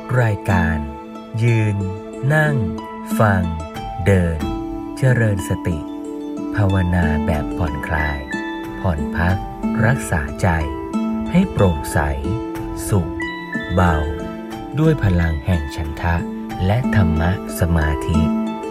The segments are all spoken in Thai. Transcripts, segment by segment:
รายการยืนนั่งฟังเดินเจริญสติภาวนาแบบผ่อนคลายผ่อนพักรักษาใจให้โปร่งใสสุขเบาด้วยพลังแห่งฉันทะและธรรมะสมาธิ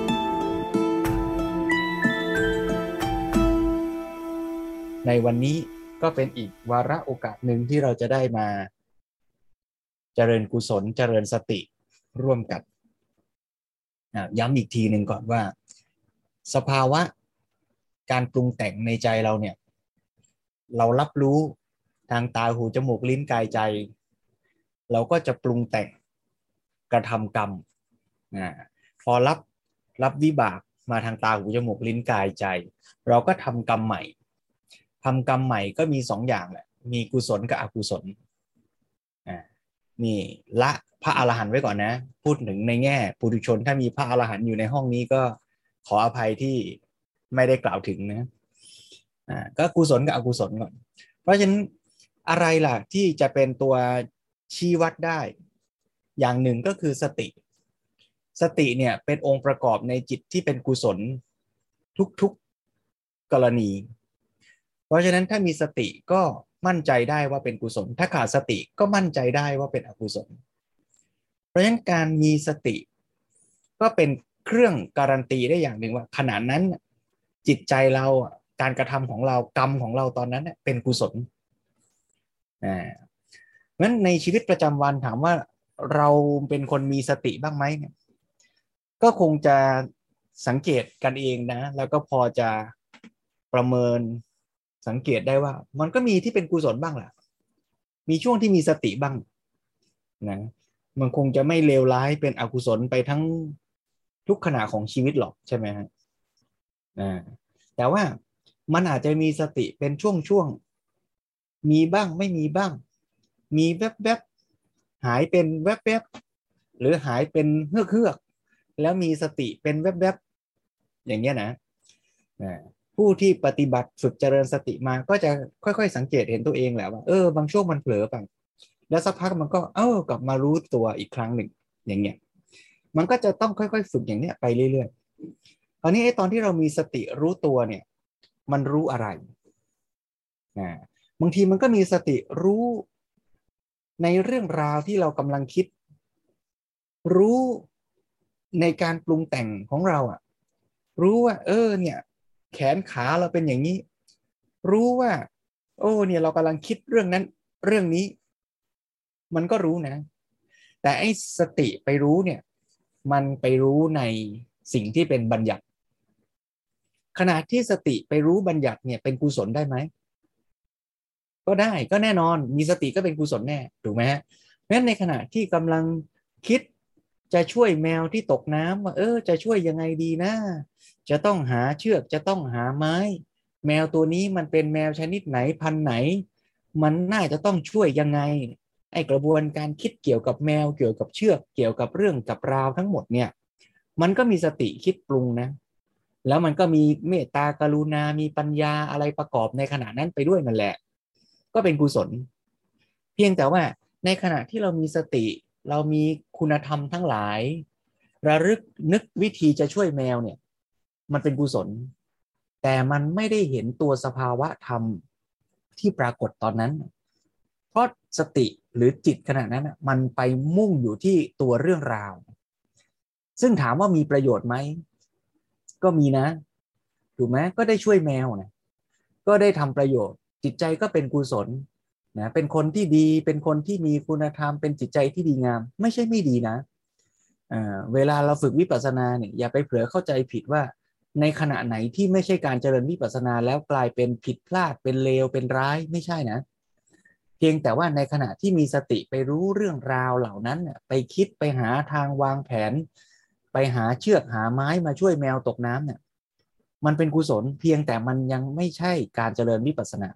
ในวันนี้ก็เป็นอีกวาระโอกาสหนึ่งที่เราจะได้มาเจริญกุศลเจริญสติร่วมกันย้ำอีกทีหนึ่งก่อนว่าสภาวะการปรุงแต่งในใจเราเนี่ยเรารับรู้ทางตาหูจมูกลิ้นกายใจเราก็จะปรุงแต่งกระทำกรรมพอรับวิบากมาทางตาหูจมูกลิ้นกายใจเราก็ทำกรรมใหม่ก็มี2 อย่างแหละมีกุศลกับอกุศลนี่ละพระอรหันต์ไว้ก่อนนะพูดถึงในแง่ปุถุชนถ้ามีพระอรหันต์อยู่ในห้องนี้ก็ขออภัยที่ไม่ได้กล่าวถึงนะก็กุศลกับอกุศลก่อนเพราะฉะนั้นอะไรล่ะที่จะเป็นตัวชี้วัดได้อย่างหนึ่งก็คือสติเนี่ยเป็นองค์ประกอบในจิตที่เป็นกุศลทุกกรณีเพราะฉะนั้นถ้ามีสติก็มั่นใจได้ว่าเป็นกุศลถ้าขาดสติก็มั่นใจได้ว่าเป็นอกุศลเพราะฉะนั้นการมีสติก็เป็นเครื่องการันตีได้อย่างหนึ่งว่าขณะนั้นจิตใจเราการกระทำของเรากรรมของเราตอนนั้นเป็นกุศลงั้นในชีวิตประจำวันถามว่าเราเป็นคนมีสติบ้างไหมก็คงจะสังเกตกันเองนะแล้วก็พอจะประเมินสังเกตได้ว่ามันก็มีที่เป็นกุศลบ้างแหละมีช่วงที่มีสติบ้างนะมันคงจะไม่เลวร้ายเป็นอกุศลไปทั้งทุกขณะของชีวิตหรอกใช่ไหมฮะแต่ว่ามันอาจจะมีสติเป็นช่วงมีบ้างไม่มีบ้างมีแวบๆหายเป็นแวบๆหรือหายเป็นเฮือกแล้วมีสติเป็นแวบๆอย่างเงี้ยนะผู้ที่ปฏิบัติฝึกเจริญสติมาก็จะค่อยๆสังเกตเห็นตัวเองแหละว่าบางช่วงมันเผลอไปแล้วสักพักมันก็กลับมารู้ตัวอีกครั้งหนึ่งอย่างเงี้ยมันก็จะต้องค่อยๆฝึกอย่างเนี้ยไปเรื่อยๆคราวนี้ตอนที่เรามีสติรู้ตัวเนี่ยมันรู้อะไรบางทีมันก็มีสติรู้ในเรื่องราวที่เรากำลังคิดรู้ในการปรุงแต่งของเรารู้ว่าเนี่ยแขนขาเราเป็นอย่างนี้รู้ว่าเนี่ยเรากำลังคิดเรื่องนั้นเรื่องนี้มันก็รู้นะแต่ไอ้สติไปรู้เนี่ยมันไปรู้ในสิ่งที่เป็นบัญญัติขณะที่สติไปรู้บัญญัติเนี่ยเป็นกุศลได้ไหมก็ได้ก็แน่นอนมีสติก็เป็นกุศลแน่ถูกไหมฮะเพราะฉะนั้นในขณะที่กำลังคิดจะช่วยแมวที่ตกน้ำว่าจะช่วยยังไงดีนะจะต้องหาเชือกจะต้องหาไม้แมวตัวนี้มันเป็นแมวชนิดไหนพันธุ์ไหนมันน่าจะต้องช่วยยังไงไอ้กระบวนการคิดเกี่ยวกับแมวเกี่ยวกับเชือกเกี่ยวกับเรื่องกับราวทั้งหมดเนี่ยมันก็มีสติคิดปรุงนะแล้วมันก็มีเมตตากรุณามีปัญญาอะไรประกอบในขณะนั้นไปด้วยนั่นแหละก็เป็นกุศลเพียงแต่ว่าในขณะที่เรามีสติเรามีคุณธรรมทั้งหลายระลึกนึกวิธีจะช่วยแมวเนี่ยมันเป็นกุศลแต่มันไม่ได้เห็นตัวสภาวะธรรมที่ปรากฏตอนนั้นเพราะสติหรือจิตขณะนั้นมันไปมุ่งอยู่ที่ตัวเรื่องราวซึ่งถามว่ามีประโยชน์ไหมก็มีนะถูกไหมก็ได้ช่วยแมวนะก็ได้ทำประโยชน์จิตใจก็เป็นกุศลนะเป็นคนที่ดีเป็นคนที่มีคุณธรรมเป็นจิตใจที่ดีงามไม่ใช่ไม่ดีนะเวลาเราฝึกวิปัสสนาเนี่ยอย่าไปเผลอเข้าใจผิดว่าในขณะไหนที่ไม่ใช่การเจริญวิปัสสนาแล้วกลายเป็นผิดพลาดเป็นเลวเป็นร้ายไม่ใช่นะเพียงแต่ว่าในขณะที่มีสติไปรู้เรื่องราวเหล่านั้นไปคิดไปหาทางวางแผนไปหาเชือกหาไม้มาช่วยแมวตกน้ำเนี่ยมันเป็นกุศลเพียงแต่มันยังไม่ใช่การเจริญวิปัสสนา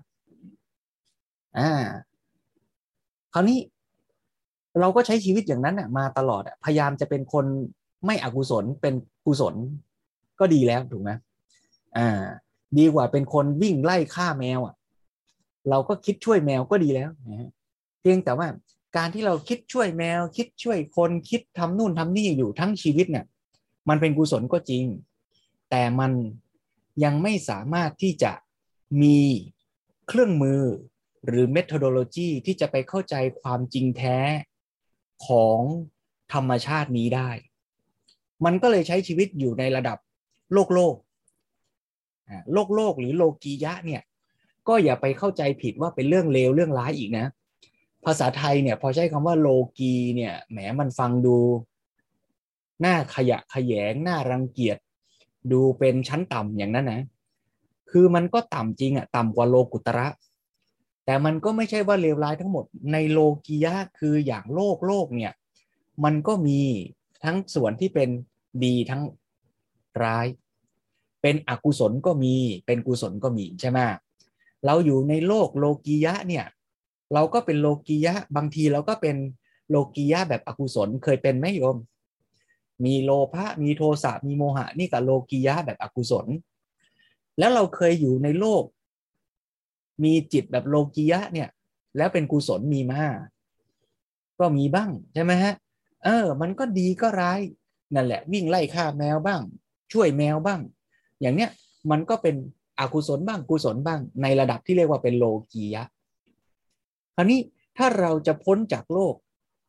คราวนี้เราก็ใช้ชีวิตอย่างนั้นมาตลอดพยายามจะเป็นคนไม่อกุศลเป็นกุศลก็ดีแล้วถูกไหมดีกว่าเป็นคนวิ่งไล่ฆ่าแมวเราก็คิดช่วยแมวก็ดีแล้วนะฮะเพียงแต่ว่าการที่เราคิดช่วยแมวคิดช่วยคนคิดทำนู่นทำนี่อยู่ทั้งชีวิตเนี่ยมันเป็นกุศลก็จริงแต่มันยังไม่สามารถที่จะมีเครื่องมือหรือ methodology ที่จะไปเข้าใจความจริงแท้ของธรรมชาตินี้ได้มันก็เลยใช้ชีวิตอยู่ในระดับโลกหรือโลกียะเนี่ยก็อย่าไปเข้าใจผิดว่าเป็นเรื่องเลวเรื่องร้ายอีกนะภาษาไทยเนี่ยพอใช้คำว่าโลกีเนี่ยแหมมันฟังดูน่าขยะแขยงน่ารังเกียจดูเป็นชั้นต่ำอย่างนั้นนะคือมันก็ต่ำจริงอ่ะต่ำกว่าโลกุตระแต่มันก็ไม่ใช่ว่าเลวร้ายทั้งหมดในโลกียะคืออย่างโลกเนี่ยมันก็มีทั้งส่วนที่เป็นดีทั้งร้ายเป็นอกุศลก็มีเป็นกุศลก็มีใช่ไหมเราอยู่ในโลกโลกียะเนี่ยเราก็เป็นโลกียะบางทีเราก็เป็นโลกียะแบบอกุศลเคยเป็นไหมโยมมีโลภะมีโทสะมีโมหะนี่กับโลกียะแบบอกุศลแล้วเราเคยอยู่ในโลกมีจิตแบบโลกียะเนี่ยแล้วเป็นกุศลมีมาก็มีบ้างใช่ไหมฮะมันก็ดีก็ร้ายนั่นแหละวิ่งไล่ฆ่าแมวบ้างช่วยแมวบ้างอย่างเนี้ยมันก็เป็นอกุศลบ้างกุศลบ้างในระดับที่เรียกว่าเป็นโลกียะคราวนี้ถ้าเราจะพ้นจากโลก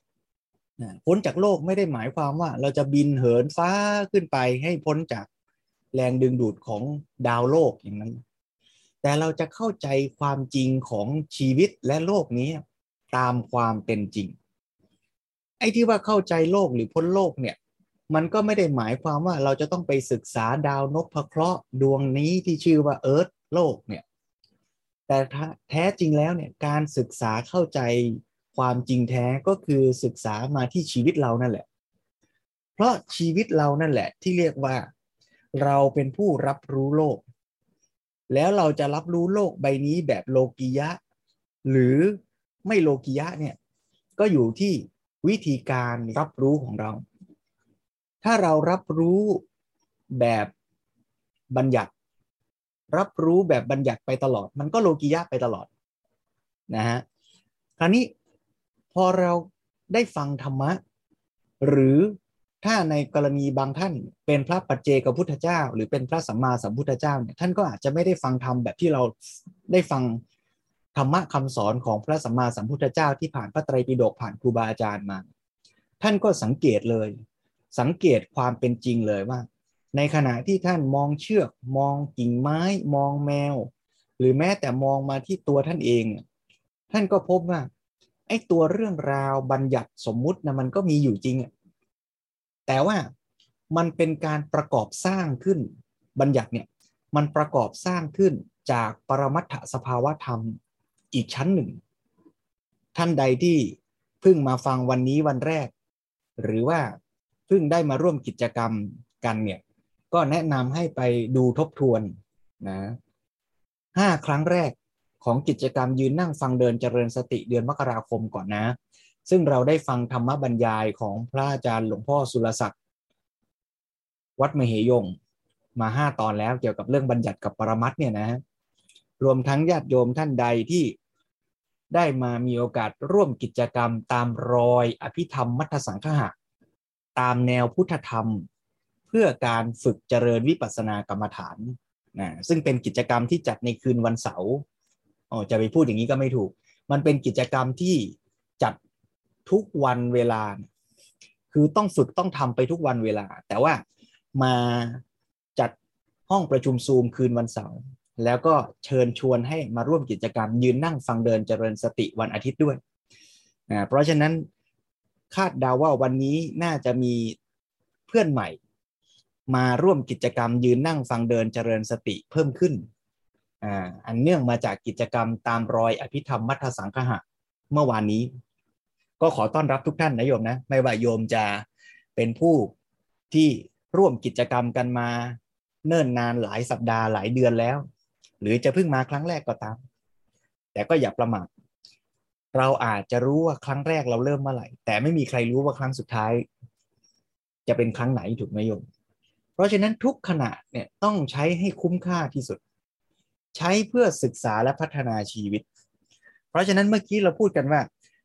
ไม่ได้หมายความว่าเราจะบินเหินฟ้าขึ้นไปให้พ้นจากแรงดึงดูดของดาวโลกอย่างนั้นแต่เราจะเข้าใจความจริงของชีวิตและโลกนี้ตามความเป็นจริงไอ้ที่ว่าเข้าใจโลกหรือพ้นโลกเนี่ยมันก็ไม่ได้หมายความว่าเราจะต้องไปศึกษาดาวนพเคราะห์ดวงนี้ที่ชื่อว่าเอิร์ธโลกเนี่ยแต่แท้จริงแล้วเนี่ยการศึกษาเข้าใจความจริงแท้ก็คือศึกษามาที่ชีวิตเรานั่นแหละเพราะชีวิตเรานั่นแหละที่เรียกว่าเราเป็นผู้รับรู้โลกแล้วเราจะรับรู้โลกใบนี้แบบโลกียะหรือไม่โลกียะเนี่ยก็อยู่ที่วิธีการรับรู้ของเราถ้าเรารับรู้แบบบัญญัติรับรู้แบบบัญญัติไปตลอดมันก็โลกียะไปตลอดนะฮะคราวนี้พอเราได้ฟังธรรมะหรือถ้าในกรณีบางท่านเป็นพระปัจเจกพุทธเจ้าหรือเป็นพระสัมมาสัมพุทธเจ้าเนี่ยท่านก็อาจจะไม่ได้ฟังธรรมแบบที่เราได้ฟังธรรมะคำสอนของพระสัมมาสัมพุทธเจ้าที่ผ่านพระไตรปิฎกผ่านครูบาอาจารย์มาท่านก็สังเกตเลยสังเกตความเป็นจริงเลยว่าในขณะที่ท่านมองเชือกมองกิ่งไม้มองแมวหรือแม้แต่มองมาที่ตัวท่านเองท่านก็พบว่าไอ้ตัวเรื่องราวบัญญัติสมมุตินะมันก็มีอยู่จริงแต่ว่ามันเป็นการประกอบสร้างขึ้นบัญญัติเนี่ยมันประกอบสร้างขึ้นจากปรมัตถสภาวธรรมอีกชั้นหนึ่งท่านใดที่เพิ่งมาฟังวันนี้วันแรกหรือว่าเพิ่งได้มาร่วมกิจกรรมกันเนี่ยก็แนะนำให้ไปดูทบทวนนะ5 ครั้งแรกของกิจกรรมยืนนั่งฟังเดินเจริญสติเดือนมกราคมก่อนนะซึ่งเราได้ฟังธรรมบรรยายของพระอาจารย์หลวงพ่อสุรศักดิ์วัดมเหยงมา5 ตอนแล้วเกี่ยวกับเรื่องบัญญัติกับปรมัตถ์เนี่ยนะรวมทั้งญาติโยมท่านใดที่ได้มามีโอกาสร่วมกิจกรรมตามรอยอภิธรรมมัทธสังฆะตามแนวพุทธธรรมเพื่อการฝึกเจริญวิปัสสนากรรมฐานนะซึ่งเป็นกิจกรรมที่จัดในคืนวันเสาร์จะไปพูดอย่างนี้ก็ไม่ถูกมันเป็นกิจกรรมที่จัดทุกวันเวลาคือต้องฝึกต้องทำไปทุกวันเวลาแต่ว่ามาจัดห้องประชุมซูมคืนวันเสาร์แล้วก็เชิญชวนให้มาร่วมกิจกรรมยืนนั่งฟังเดินเจริญสติวันอาทิตย์ด้วยเพราะฉะนั้นคาดเดาว่าวันนี้น่าจะมีเพื่อนใหม่มาร่วมกิจกรรมยืนนั่งฟังเดินเจริญสติเพิ่มขึ้นอันเนื่องมาจากกิจกรรมตามรอยอภิธรรมมัทธสังฆะเมื่อวานนี้ก็ขอต้อนรับทุกท่านนะโยมนะไม่ว่าโยมจะเป็นผู้ที่ร่วมกิจกรรมกันมาเนิ่นนานหลายสัปดาห์หลายเดือนแล้วหรือจะเพิ่งมาครั้งแรกก็ตามแต่ก็อย่าประมาทเราอาจจะรู้ว่าครั้งแรกเราเริ่มเมื่อไหร่แต่ไม่มีใครรู้ว่าครั้งสุดท้ายจะเป็นครั้งไหนถูกไหมโยมเพราะฉะนั้นทุกขณะเนี่ยต้องใช้ให้คุ้มค่าที่สุดใช้เพื่อศึกษาและพัฒนาชีวิตเพราะฉะนั้นเมื่อกี้เราพูดกันว่า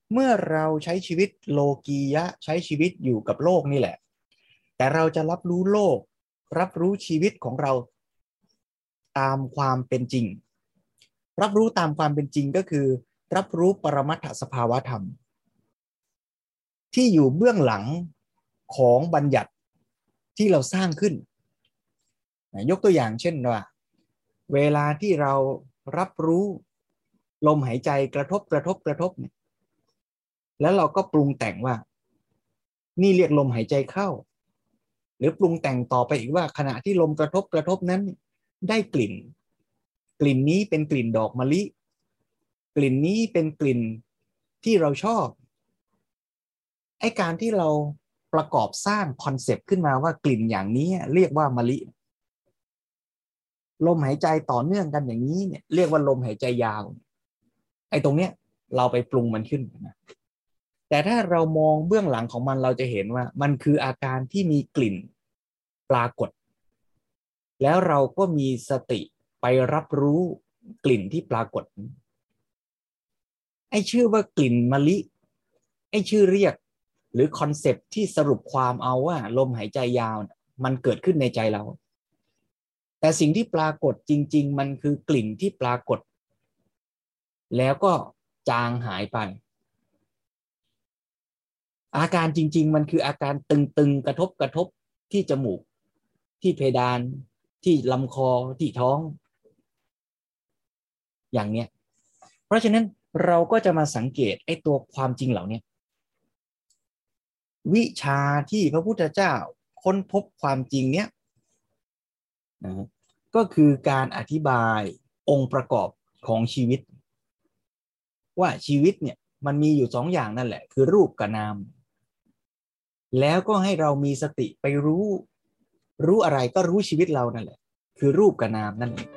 เมื่อเราใช้ชีวิตโลกียะใช้ชีวิตอยู่กับโลกนี่แหละแต่เราจะรับรู้โลกรับรู้ชีวิตของเราตามความเป็นจริงรับรู้ตามความเป็นจริงก็คือรับรู้ปรมัตถสภาวธรรมที่อยู่เบื้องหลังของบัญญัติที่เราสร้างขึ้นยกตัวอย่างเช่นว่าเวลาที่เรารับรู้ลมหายใจกระทบเนี่ยแล้วเราก็ปรุงแต่งว่านี่เรียกลมหายใจเข้าหรือปรุงแต่งต่อไปอีกว่าขณะที่ลมกระทบนั้นได้กลิ่นนี้เป็นกลิ่นดอกมะลิกลิ่นนี้เป็นกลิ่นที่เราชอบไอ้การที่เราประกอบสร้างคอนเซปต์ขึ้นมาว่ากลิ่นอย่างนี้เรียกว่ามะลิลมหายใจต่อเนื่องกันอย่างนี้เนี่ยเรียกว่าลมหายใจยาวไอ้ตรงเนี้ยเราไปปรุงมันขึ้นนะแต่ถ้าเรามองเบื้องหลังของมันเราจะเห็นว่ามันคืออาการที่มีกลิ่นปรากฏแล้วเราก็มีสติไปรับรู้กลิ่นที่ปรากฏไอ้ชื่อว่ากลิ่นมะลิไอ้ชื่อเรียกหรือคอนเซปต์ที่สรุปความเอาว่าลมหายใจยาวมันเกิดขึ้นในใจเราแต่สิ่งที่ปรากฏจริงๆมันคือกลิ่นที่ปรากฏแล้วก็จางหายไปอาการจริงๆมันคืออาการตึงๆกระทบที่จมูกที่เพดานที่ลำคอที่ท้องอย่างเนี้ยเพราะฉะนั้นเราก็จะมาสังเกตไอ้ตัวความจริงเหล่านี้วิชาที่พระพุทธเจ้าค้นพบความจริงเนี้ยนะก็คือการอธิบายองค์ประกอบของชีวิตว่าชีวิตเนี่ยมันมีอยู่2 อย่างนั่นแหละคือรูปกับนามแล้วก็ให้เรามีสติไปรู้อะไรก็รู้ชีวิตเรานั่นแหละคือรูปกับนามนั่นเอง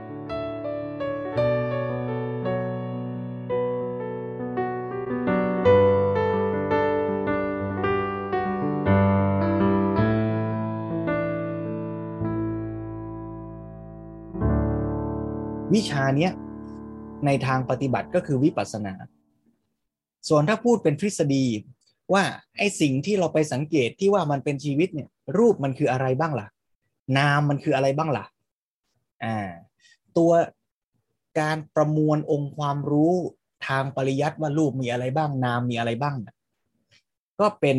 วิชาเนี้ยในทางปฏิบัติก็คือวิปัสสนาส่วนถ้าพูดเป็นทฤษฎีว่าไอ้สิ่งที่เราไปสังเกตที่ว่ามันเป็นชีวิตเนี่ยรูปมันคืออะไรบ้างล่ะนามมันคืออะไรบ้างล่ะตัวการประมวลองค์ความรู้ทางปริยัติว่ารูปมีอะไรบ้างนามมีอะไรบ้างก็เป็น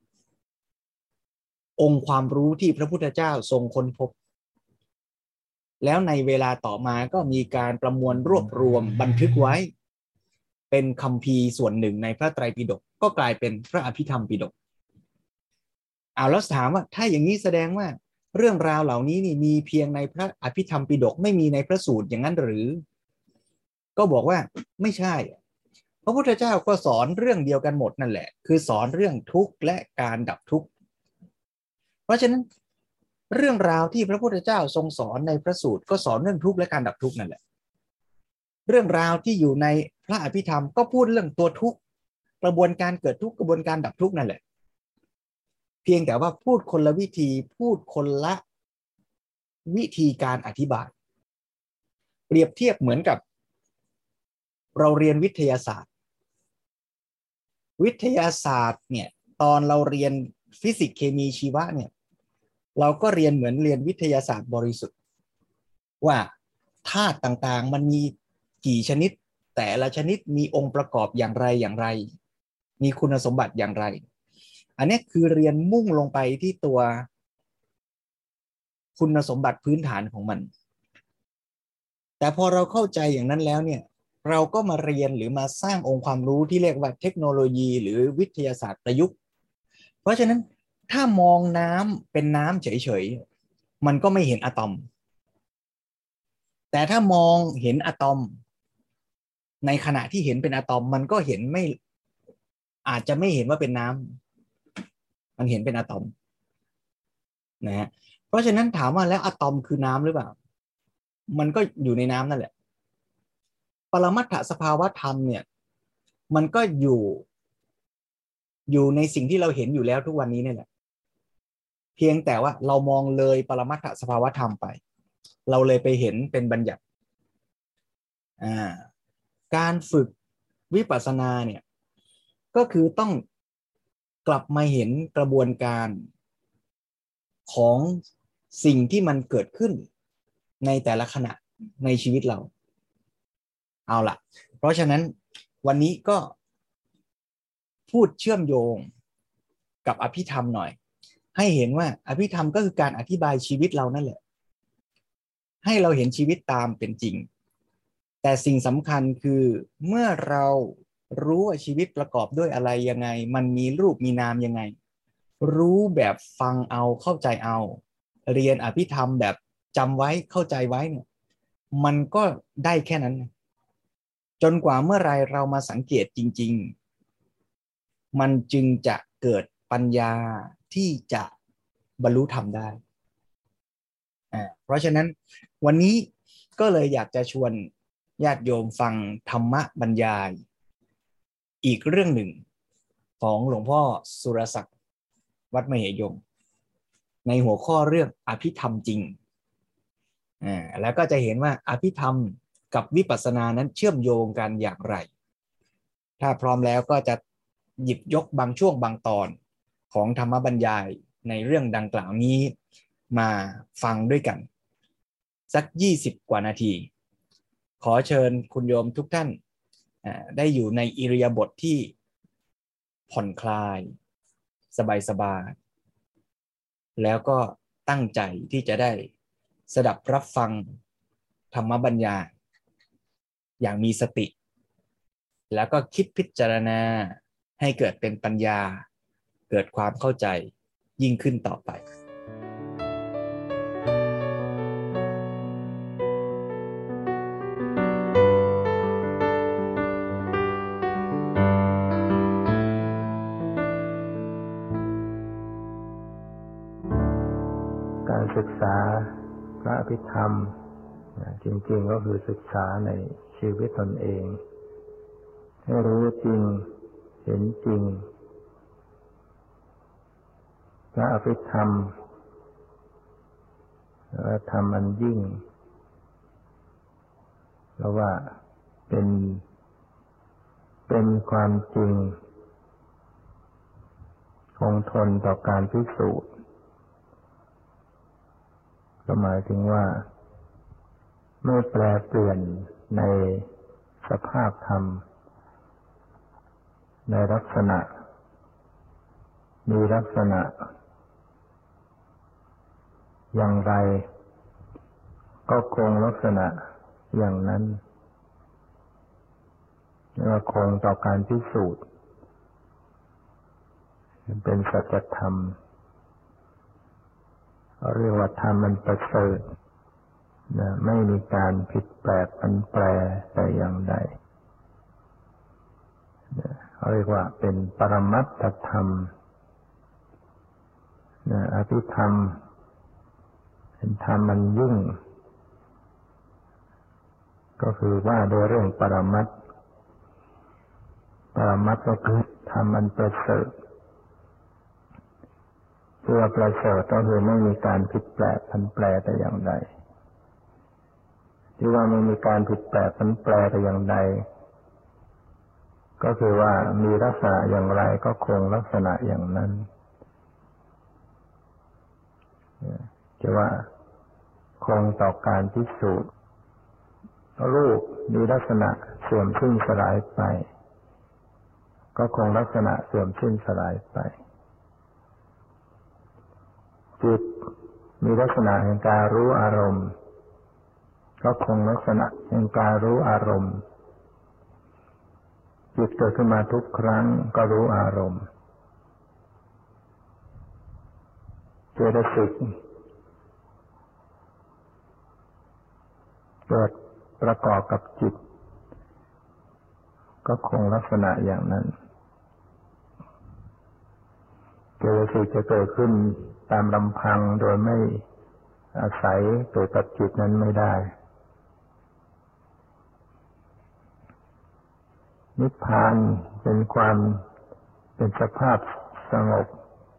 องค์ความรู้ที่พระพุทธเจ้าทรงค้นพบแล้วในเวลาต่อมาก็มีการประมวลรวบรวมบันทึกไว้เป็นคัมภีร์ส่วนหนึ่งในพระไตรปิฎกก็กลายเป็นพระอภิธรรมปิฎกแล้วถามว่าถ้าอย่างนี้แสดงว่าเรื่องราวเหล่านี้นี่มีเพียงในพระอภิธรรมปิฎกไม่มีในพระสูตรอย่างนั้นหรือก็บอกว่าไม่ใช่พระพุทธเจ้าก็สอนเรื่องเดียวกันหมดนั่นแหละคือสอนเรื่องทุกข์และการดับทุกข์เพราะฉะนั้นเรื่องราวที่พระพุทธเจ้าทรงสอนในพระสูตรก็สอนเรื่องทุกข์และการดับทุกข์นั่นแหละเรื่องราวที่อยู่ในพระอภิธรรมก็พูดเรื่องตัวทุกข์กระบวนการเกิดทุกข์กระบวนการดับทุกข์นั่นแหละเพียงแต่ว่าพูดคนละวิธีพูดคนละวิธีการอธิบายเปรียบเทียบเหมือนกับเราเรียนวิทยาศาสตร์เนี่ยตอนเราเรียนฟิสิกส์เคมีชีวะเนี่ยเราก็เรียนเหมือนเรียนวิทยาศาสตร์บริสุทธิ์ว่าธาตุต่างๆมันมีกี่ชนิดแต่ละชนิดมีองค์ประกอบอย่างไรมีคุณสมบัติอย่างไรอันนี้คือเรียนมุ่งลงไปที่ตัวคุณสมบัติพื้นฐานของมันแต่พอเราเข้าใจอย่างนั้นแล้วเนี่ยเราก็มาเรียนหรือมาสร้างองค์ความรู้ที่เรียกว่าเทคโนโลยีหรือวิทยาศาสตร์ประยุกต์เพราะฉะนั้นถ้ามองน้ำเป็นน้ำเฉยๆมันก็ไม่เห็นอะตอมแต่ถ้ามองเห็นอะตอมในขณะที่เห็นเป็นอะตอมมันก็เห็นไม่อาจจะไม่เห็นว่าเป็นน้ำมันเห็นเป็นอะตอมนะฮะเพราะฉะนั้นถามว่าแล้วอะตอมคือน้ำหรือเปล่ามันก็อยู่ในน้ำนั่นแหละปรมัตถสภาวธรรมเนี่ยมันก็อยู่ในสิ่งที่เราเห็นอยู่แล้วทุกวันนี้นี่แหละเพียงแต่ว่าเรามองเลยปรมัตถสภาวธรรมไปเราเลยไปเห็นเป็นบัญญัติการฝึกวิปัสสนาเนี่ยก็คือต้องกลับมาเห็นกระบวนการของสิ่งที่มันเกิดขึ้นในแต่ละขณะในชีวิตเราเอาล่ะเพราะฉะนั้นวันนี้ก็พูดเชื่อมโยงกับอภิธรรมหน่อยให้เห็นว่าอภิธรรมก็คือการอธิบายชีวิตเรานั่นแหละให้เราเห็นชีวิตตามเป็นจริงแต่สิ่งสำคัญคือเมื่อเรารู้ว่าชีวิตประกอบด้วยอะไรยังไงมันมีรูปมีนามยังไงรู้แบบฟังเอาเข้าใจเอาเรียนอภิธรรมแบบจำไว้เข้าใจไว้เนี่ยมันก็ได้แค่นั้นจนกว่าเมื่อไรเรามาสังเกตจริงๆมันจึงจะเกิดปัญญาที่จะบรรลุธรรมได้เพราะฉะนั้นวันนี้ก็เลยอยากจะชวนญาติโยมฟังธรรมะบรรยายอีกเรื่องหนึ่งของหลวงพ่อสุรศักดิ์วัดมเหยงในหัวข้อเรื่องอภิธรรมจริงแล้วก็จะเห็นว่าอภิธรรมกับวิปัสสนานั้นเชื่อมโยงกันอย่างไรถ้าพร้อมแล้วก็จะหยิบยกบางช่วงบางตอนของธรรมบรรยายในเรื่องดังกล่าวนี้มาฟังด้วยกันสัก20 กว่านาทีขอเชิญคุณโยมทุกท่านได้อยู่ในอิริยาบถที่ผ่อนคลายสบายๆแล้วก็ตั้งใจที่จะได้สดับรับฟังธรรมบรรยายอย่างมีสติแล้วก็คิดพิจารณาให้เกิดเป็นปัญญาเกิดความเข้าใจยิ่งขึ้นต่อไปการศึกษาพระอภิธรรมจริงๆก็คือศึกษาในชีวิตตนเองให้รู้จริงเห็นจริงพระอภิธรรมและธรรมอันยิ่งเพราะว่าเป็นความจริงคงทนต่อการพิสูจน์ก็หมายถึงว่าไม่แปรเปลี่ยนในสภาพธรรมในลักษณะมีลักษณะอย่างไรก็คงลักษณะอย่างนั้นและคงต่อการพิสูจน์เป็นสัจธรรมเรียกว่าธรรมมันประเสริฐไม่มีการผิดแปลกผันแปรแต่อย่างใดเรียกว่าเป็นปรมัตถธรรมอภิธรรมเป็นธรรมมันยิ่งก็คือว่าโดยเรื่องปรมัตถ์ก็คือธรรมมันประเสริฐเพื่อประเสริฐก็คือไม่มีการผิดแปลกผันแปรแต่อย่างใดที่ว่าไม่มีการผิดแปลกผันแปรแต่อย่างใดก็คือว่ามีลักษณะอย่างไรก็คงลักษณะอย่างนั้นจะว่าคงต่อการพิสูจน์รูปมีลักษณะเสื่อมสิ้นสลายไปก็คงลักษณะเสื่อมสิ้นสลายไปจิตมีลักษณะแห่งการรู้อารมณ์ก็คงลักษณะแห่งการรู้อารมณ์จิตเกิดขึ้นมาทุกครั้งก็รู้อารมณ์เจตสิกเกิดประกอบกับจิตก็คงลักษณะอย่างนั้นเจตสิกจะเกิดขึ้นตามลำพังโดยไม่อาศัยตัวกับจิตนั้นไม่ได้นิพพานเป็นสภาพสงบ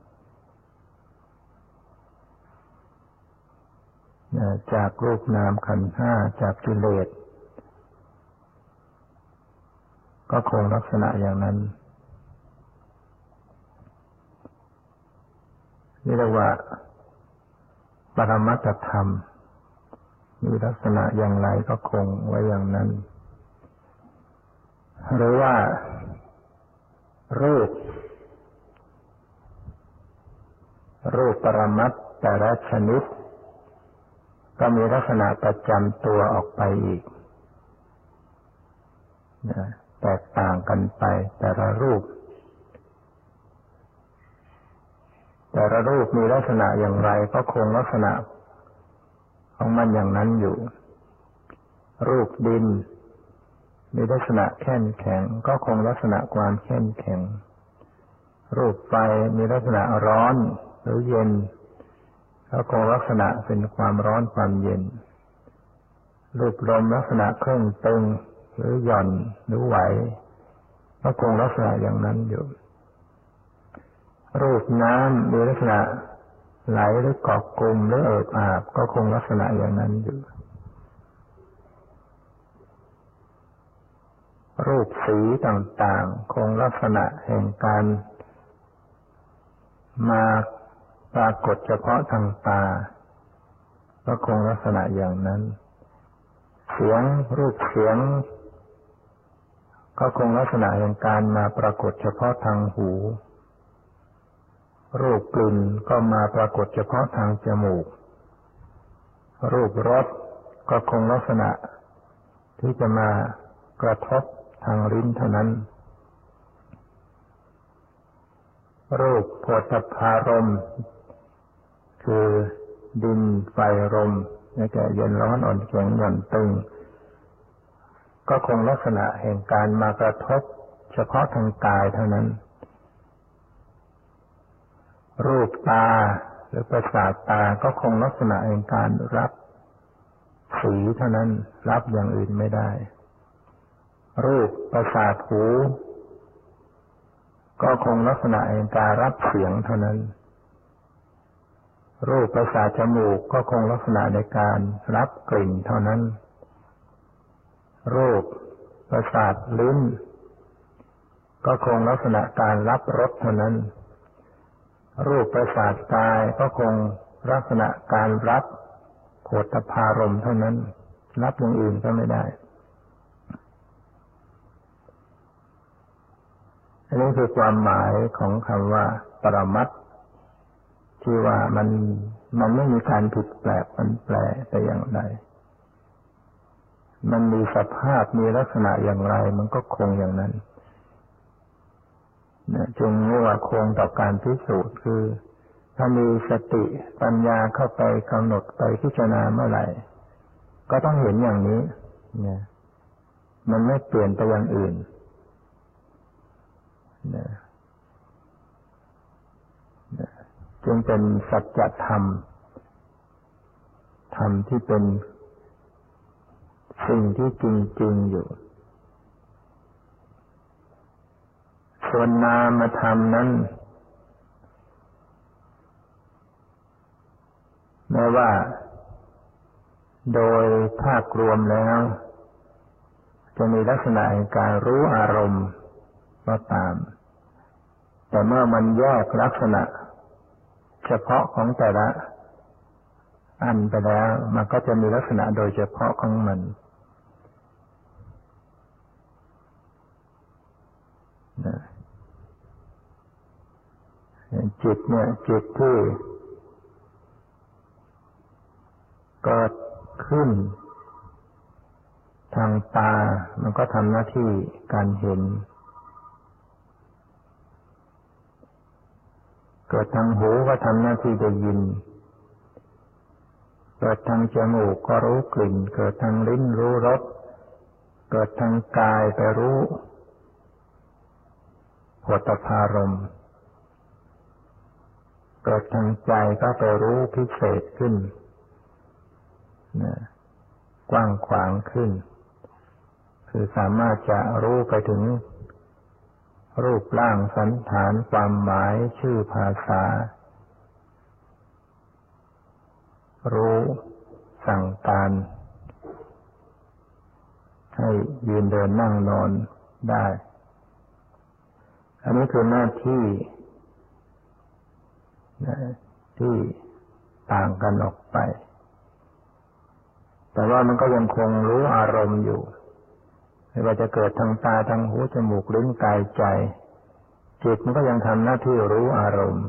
จากรูปนามขันธ์ห้าจากกิเลสก็คงลักษณะอย่างนั้นนี่เรียกว่าปรมัตถธรรมมีลักษณะอย่างไรก็คงไว้อย่างนั้นหรือว่ารูปปรมัตถ์แต่ละชนิดก็มีลักษณะประจำตัวออกไปอีกแตกต่างกันไปแต่ละรูปมีลักษณะอย่างไรก็คงลักษณะของมันอย่างนั้นอยู่รูปดินมีลักษณะแข็งแข็งก็คงลักษณะความแข็งแข็งรูปไฟมีลักษณะร้อนหรือเย็นก็คงลักษณะเป็นความร้อนความเย็นรูปลมลักษณะเคร่งตึงหรือหย่อนหรือไหวก็คงลักษณะอย่างนั้นอยู่รูปน้ำมีลักษณะไหลหรือเกาะกลุ่มหรือเอิบอาบก็คงลักษณะอย่างนั้นอยู่รูปสีต่างๆคงลักษณะแห่งการมาปรากฏเฉพาะทางตาก็คงลักษณะอย่างนั้นรูปเสียงก็คงลักษณะแห่งการมาปรากฏเฉพาะทางหูรูปกลิ่นก็มาปรากฏเฉพาะทางจมูกรูปรสก็คงลักษณะที่จะมากระทบทางลิ้นเท่านั้นรูปโผฏฐัพพารมณ์คือดินไฟลมได้แก่เย็นร้อนอ่อนแข็งหย่อนตึงก็คงลักษณะแห่งการมากระทบเฉพาะทางกายเท่านั้นรูปตาหรือประสาทตาก็คงลักษณะแห่งการรับสีเท่านั้นรับอย่างอื่นไม่ได้รูปประสาทหูก็คงลักษณะแห่งการรับเสียงเท่านั้นรูปประสาทจมูกก็คงลักษณะในการรับกลิ่นเท่านั้นรูปประสาทลิ้นก็คงลักษณะการรับรสเท่านั้นรูปประสาทกายก็คงลักษณะการรับโผฏฐัพพารมณ์เท่านั้นรับอย่างอื่นก็ไม่ได้อันนี้คือความหมายของคำว่าปรมัตถ์ที่ว่ามันไม่มีการผิดแปลกมันแปลแต่อย่างใดมันมีสภาพมีลักษณะอย่างไรมันก็คงอย่างนั้นจึงเรียกว่าคงต่อการพิสูจน์คือถ้ามีสติปัญญาเข้าไปกำหนดไปพิจารณาเมื่อไหร่ก็ต้องเห็นอย่างนี้เนี่ยมันไม่เปลี่ยนไปอย่างอื่นจึงเป็นสัจธรรมธรรมที่เป็นสิ่งที่จริงๆอยู่ส่วนนามธรรมนั้นแม้ว่าโดยภาพรวมแล้วจะมีลักษณะแห่งการรู้อารมณ์ก็ตามแต่เมื่อมันแยกลักษณะเฉพาะของแต่ละอันไปแล้วมันก็จะมีลักษณะโดยเฉพาะของมันจิตเนี่ยจิตที่เกิดขึ้นทางตามันก็ทำหน้าที่การเห็นเกิดทางหูก็ทำหน้าที่ได้ยินเกิดทางจมูกก็รู้กลิ่นเกิดทางลิ้นรู้รสเกิดทางกายไปรู้โผฏฐัพพารมณ์เกิดทางใจก็ไปรู้พิเศษขึ้นกว้างขวางขึ้นคือสามารถจะรู้ไปถึงรูปร่างสันฐานความหมายชื่อภาษารู้สั่งการให้ยืนเดินนั่งนอนได้อันนี้คือหน้าที่ที่ต่างกันออกไปแต่ว่ามันก็ยังคงรู้อารมณ์อยู่ไม่ว่าจะเกิดทางตาทางหูจมูกลิ้นกายใจจิตมันก็ยังทำหน้าที่รู้อารมณ์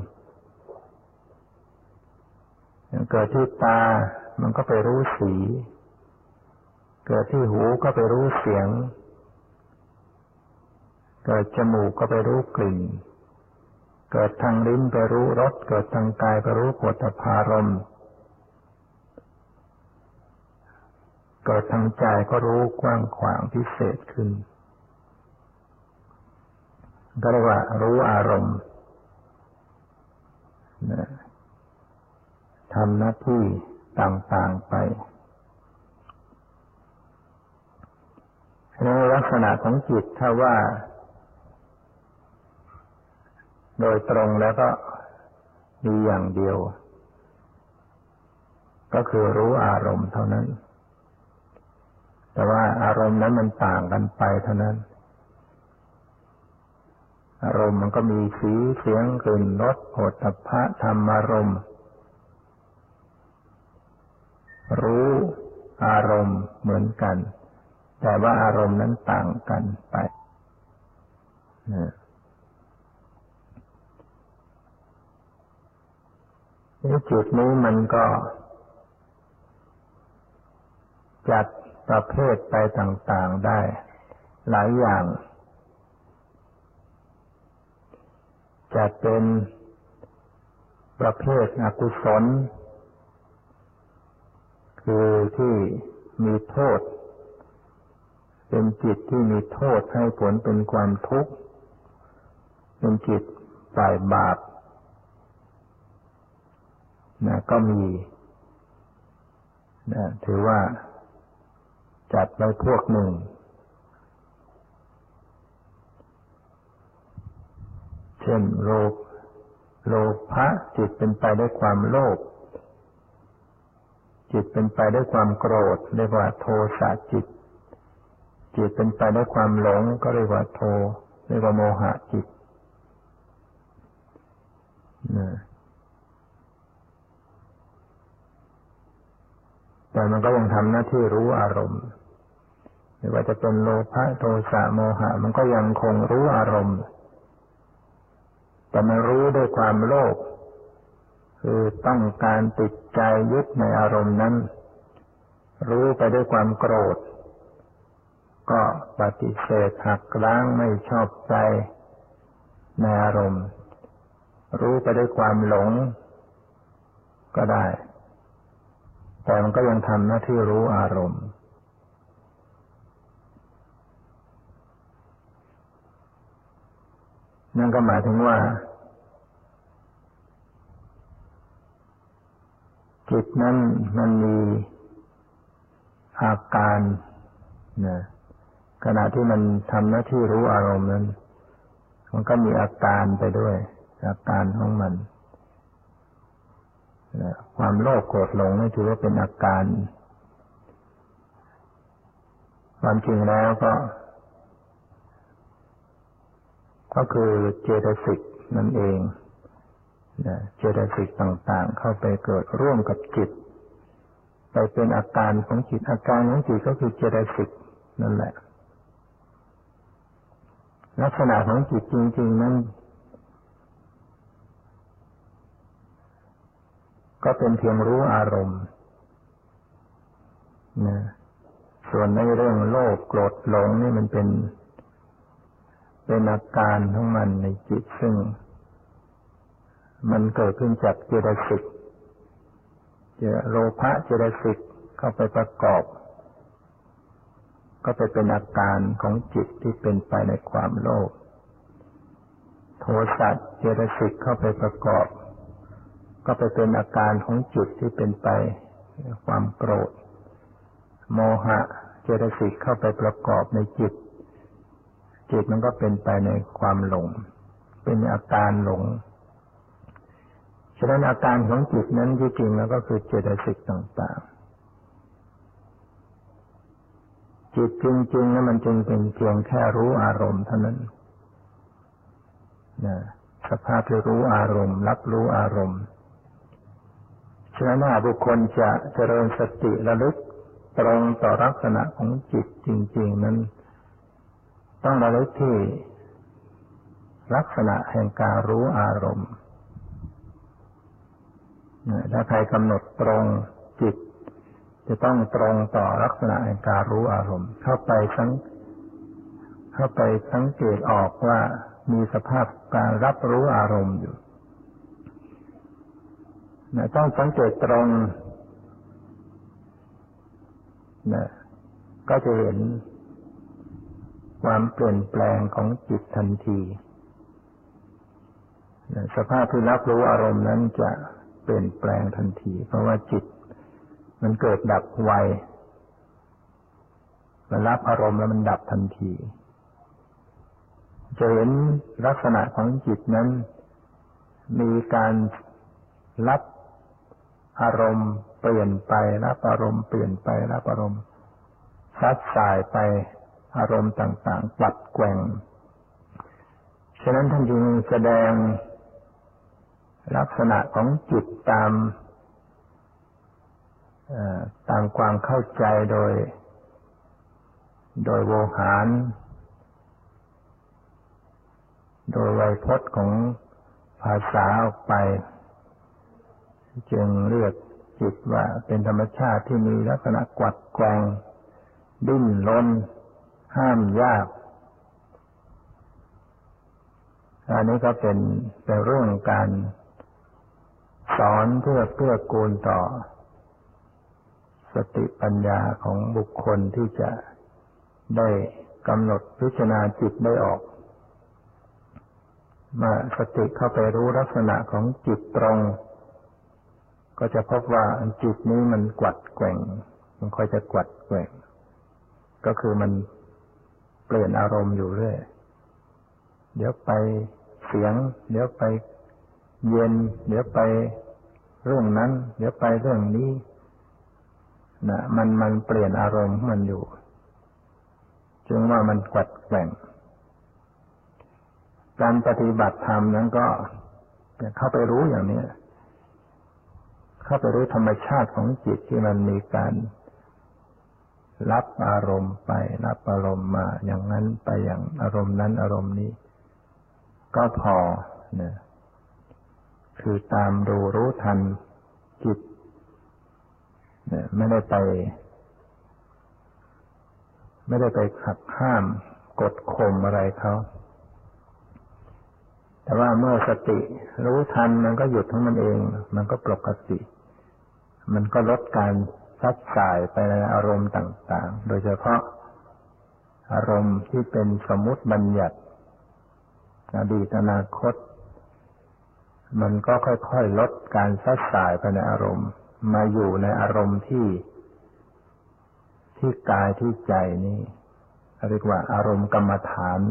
อย่างเกิดที่ตามันก็ไปรู้สีเกิดที่หูก็ไปรู้เสียงเกิดจมูกก็ไปรู้กลิ่นเกิดทางลิ้นไปรู้รสเกิดทางกายไปรู้โผฏฐัพพารมณ์เกิดทางใจก็รู้กว้างขวางพิเศษขึ้นก็เรียกว่ารู้อารมณ์ทำหน้าที่ต่างๆไปในลักษณะของจิตถ้าว่าโดยตรงแล้วก็มีอย่างเดียวก็คือรู้อารมณ์เท่านั้นแต่ว่าอารมณ์นั้นมันต่างกันไปเท่านั้นอารมณ์มันก็มีสีเสียงกลิ่นรสโผฏฐัพพะธรรมารมณ์รู้อารมณ์เหมือนกันแต่ว่าอารมณ์นั้นต่างกันไปจุดนี้มันก็จัดประเภทไปต่างๆได้หลายอย่างจัดเป็นประเภทอกุศลคือที่มีโทษเป็นจิตที่มีโทษให้ผลเป็นความทุกข์เป็นจิตฝ่ายบาปก็มีถือว่าจัดไว้พวกหนึ่งเช่นโลภะจิตเป็นไปด้วยความโลภจิตเป็นไปด้วยความโกรธเรียกว่าโทสะจิตจิตเป็นไปด้วยความหลงก็เรียกว่าเรียกว่าโมหะจิตแต่มันก็ยังทำหน้าที่รู้อารมณ์ไม่ว่าจะเป็นโลภะโทสะโมหะมันก็ยังคงรู้อารมณ์แต่มันรู้ด้วยความโลภคือต้องการติดใจยึดในอารมณ์นั้นรู้ไปด้วยความโกรธก็ปฏิเสธหักล้างไม่ชอบใจในอารมณ์รู้ไปด้วยความหลงก็ได้แต่มันก็ยังทำหน้าที่รู้อารมณ์นั่นก็หมายถึงว่าจิตนั้นมันมีอาการขณะที่มันทำหน้าที่รู้อารมณ์นั้นมันก็มีอาการไปด้วยอาการของมันความโลภโกรธหลงนี่ถือว่าเป็นอาการความจริงแล้วก็คือเจตสิกนั่นเองเจตสิกต่างๆเข้าไปเกิดร่วมกับจิตไปเป็นอาการของจิตอาการของจิตก็คือเจตสิกนั่นแหละลักษณะของจิตจริงๆนั้นก็เป็นเพียงรู้อารมณ์ส่วนในเรื่องโลภโกรธหลงนี่มันเป็นอาการของมันในจิตซึ่งมันเกิดขึ้นจากเจตสิกโลภะเจตสิกเข้าไปประกอบก็ไปเป็นอาการของจิตที่เป็นไปในความโลภโทสะเจตสิกเข้าไปประกอบก็ไปเป็นอาการของจิตที่เป็นไปความโกรธโมหะเจตสิกเข้าไปประกอบในจิตมันก็เป็นไปในความหลงเป็นอาการหลงฉะนั้นอาการของจิตนั้นที่จริงแล้วก็คือเจตสิกต่างๆจิตจริงๆแล้วมันจึงเป็นเพียงแค่รู้อารมณ์เท่านั้นสภาพที่รู้อารมณ์รับรู้อารมณ์ฉะนั้นถ้าบุคคลจะเจริญสติระลึกตรงต่อลักษณะของจิตจริงๆนั้นต้องระลึกที่ลักษณะแห่งการรู้อารมณ์ถ้าใครกำหนดตรงจิตจะต้องตรงต่อลักษณะแห่งการรู้อารมณ์เข้าไปสังเกตออกว่ามีสภาพการรับรู้อารมณ์อยู่ต้องสังเกตตรงก็จะเห็นความเปลี่ยนแปลงของจิตทันทีสภาพที่รับรู้อารมณ์นั้นจะเปลี่ยนแปลงทันทีเพราะว่าจิตมันเกิดดับไวมันรับอารมณ์แล้วมันดับทันทีจะเห็นลักษณะของจิตนั้นมีการรับอารมณ์เปลี่ยนไปรับอารมณ์เปลี่ยนไปรับอารมณ์ซัดสายไปอารมณ์ต่างๆปลัดแกว่งฉะนั้นท่านจึงแสดงลักษณะของจิตตามความเข้าใจโดยโวหารโดยไวยพจน์ของภาษาออกไปจึงเรียกจิตว่าเป็นธรรมชาติที่มีลักษณะกวัดแกว่งดิ้นรนห้ามยากอันนี้ก็เป็นเรื่องการสอนเพื่อเกื้อกูลต่อสติปัญญาของบุคคลที่จะได้กำหนดพิจารณาจิตได้ออกเมื่อสติเข้าไปรู้ลักษณะของจิตตรงก็จะพบว่าจิตนี้มันกวัดแกว่งมันค่อยจะกวัดแกว่งก็คือมันเปลี่ยนอารมณ์อยู่เรื่อยเดี๋ยวไปเสียงเดี๋ยวไปเย็นเดี๋ยวไปเรื่องนั้นเดี๋ยวไปเรื่องนี้มันเปลี่ยนอารมณ์ของมันอยู่จึงว่ามันกวัดแกว่งการปฏิบัติธรรมนั้นก็เข้าไปรู้อย่างนี้เข้าไปรู้ธรรมชาติของจิตที่มันมีการรับอารมณ์ไปรับอารมณ์มาอย่างนั้นไปอย่างอารมณ์นั้นอารมณ์นี้ก็พอนะคือตามดูรู้ทันจิตไม่ได้ไปขัดห้ามกดข่มอะไรเขาแต่ว่าเมื่อสติรู้ทันมันก็หยุดของมันเองมันก็ปกติมันก็ลดการซัดสายไปในอารมณ์ต่างๆโดยเฉพาะอารมณ์ที่เป็นสมมุติบัญญัติอดีตอนาคตมันก็ค่อยๆลดการซัดสายไปในอารมณ์มาอยู่ในอารมณ์ที่กายที่ใจนี้เรียกว่าอารมณ์กรรมฐาน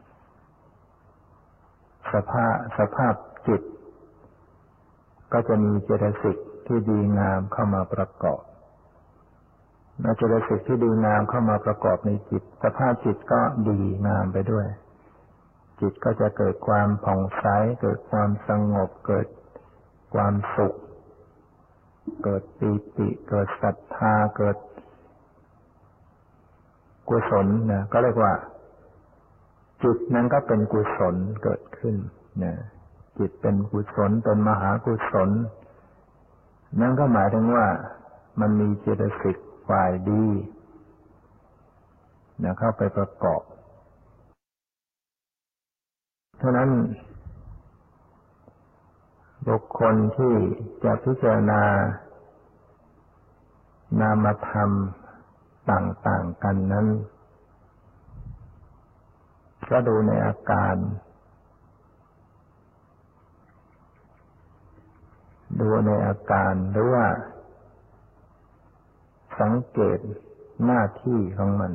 สภาพจิตก็จะมีเจตสิกที่ดีงามเข้ามาประกอบเจตสิกที่ดีงามเข้ามาประกอบในจิตสภาพจิตก็ดีงามไปด้วยจิตก็จะเกิดความผ่องใสเกิดความสงบเกิดความสุขเกิดปีติเกิดศรัทธาเกิดกุศลนะก็เรียกว่าจิตนั้นก็เป็นกุศลเกิดขึ้นนะจิตเป็นกุศลเป็นมหากุศลนั่นก็หมายถึงว่ามันมีเจตสิกฝ่ายดีนะเข้าไปประกอบเพราะนั้นบุคคลที่จะพิจารณานามธรรมต่างๆกันนั้นก็ดูในอาการหรือว่าสังเกตหน้าที่ของมัน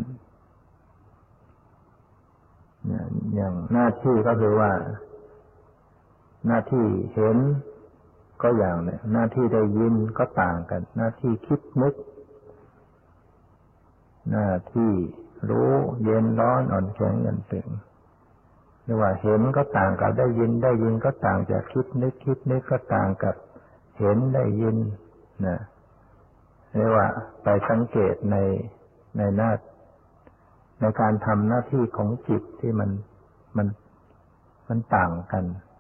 อย่างหน้าที่ก็คือว่าหน้าที่เห็นก็อย่างเนี่ยหน้าที่ได้ยินก็ต่างกันหน้าที่คิดนึกหน้าที่รู้เย็นร้อนอ่อนแข็งหย่อนตึงหรือว่าเห็นก็ต่างกับได้ยินก็ต่างจากคิดนึกก็ต่างกับเห็นได้ยินนะเรียกว่าไปสังเกตในหน้าในการทำหน้าที่ของจิตที่มันต่างกัน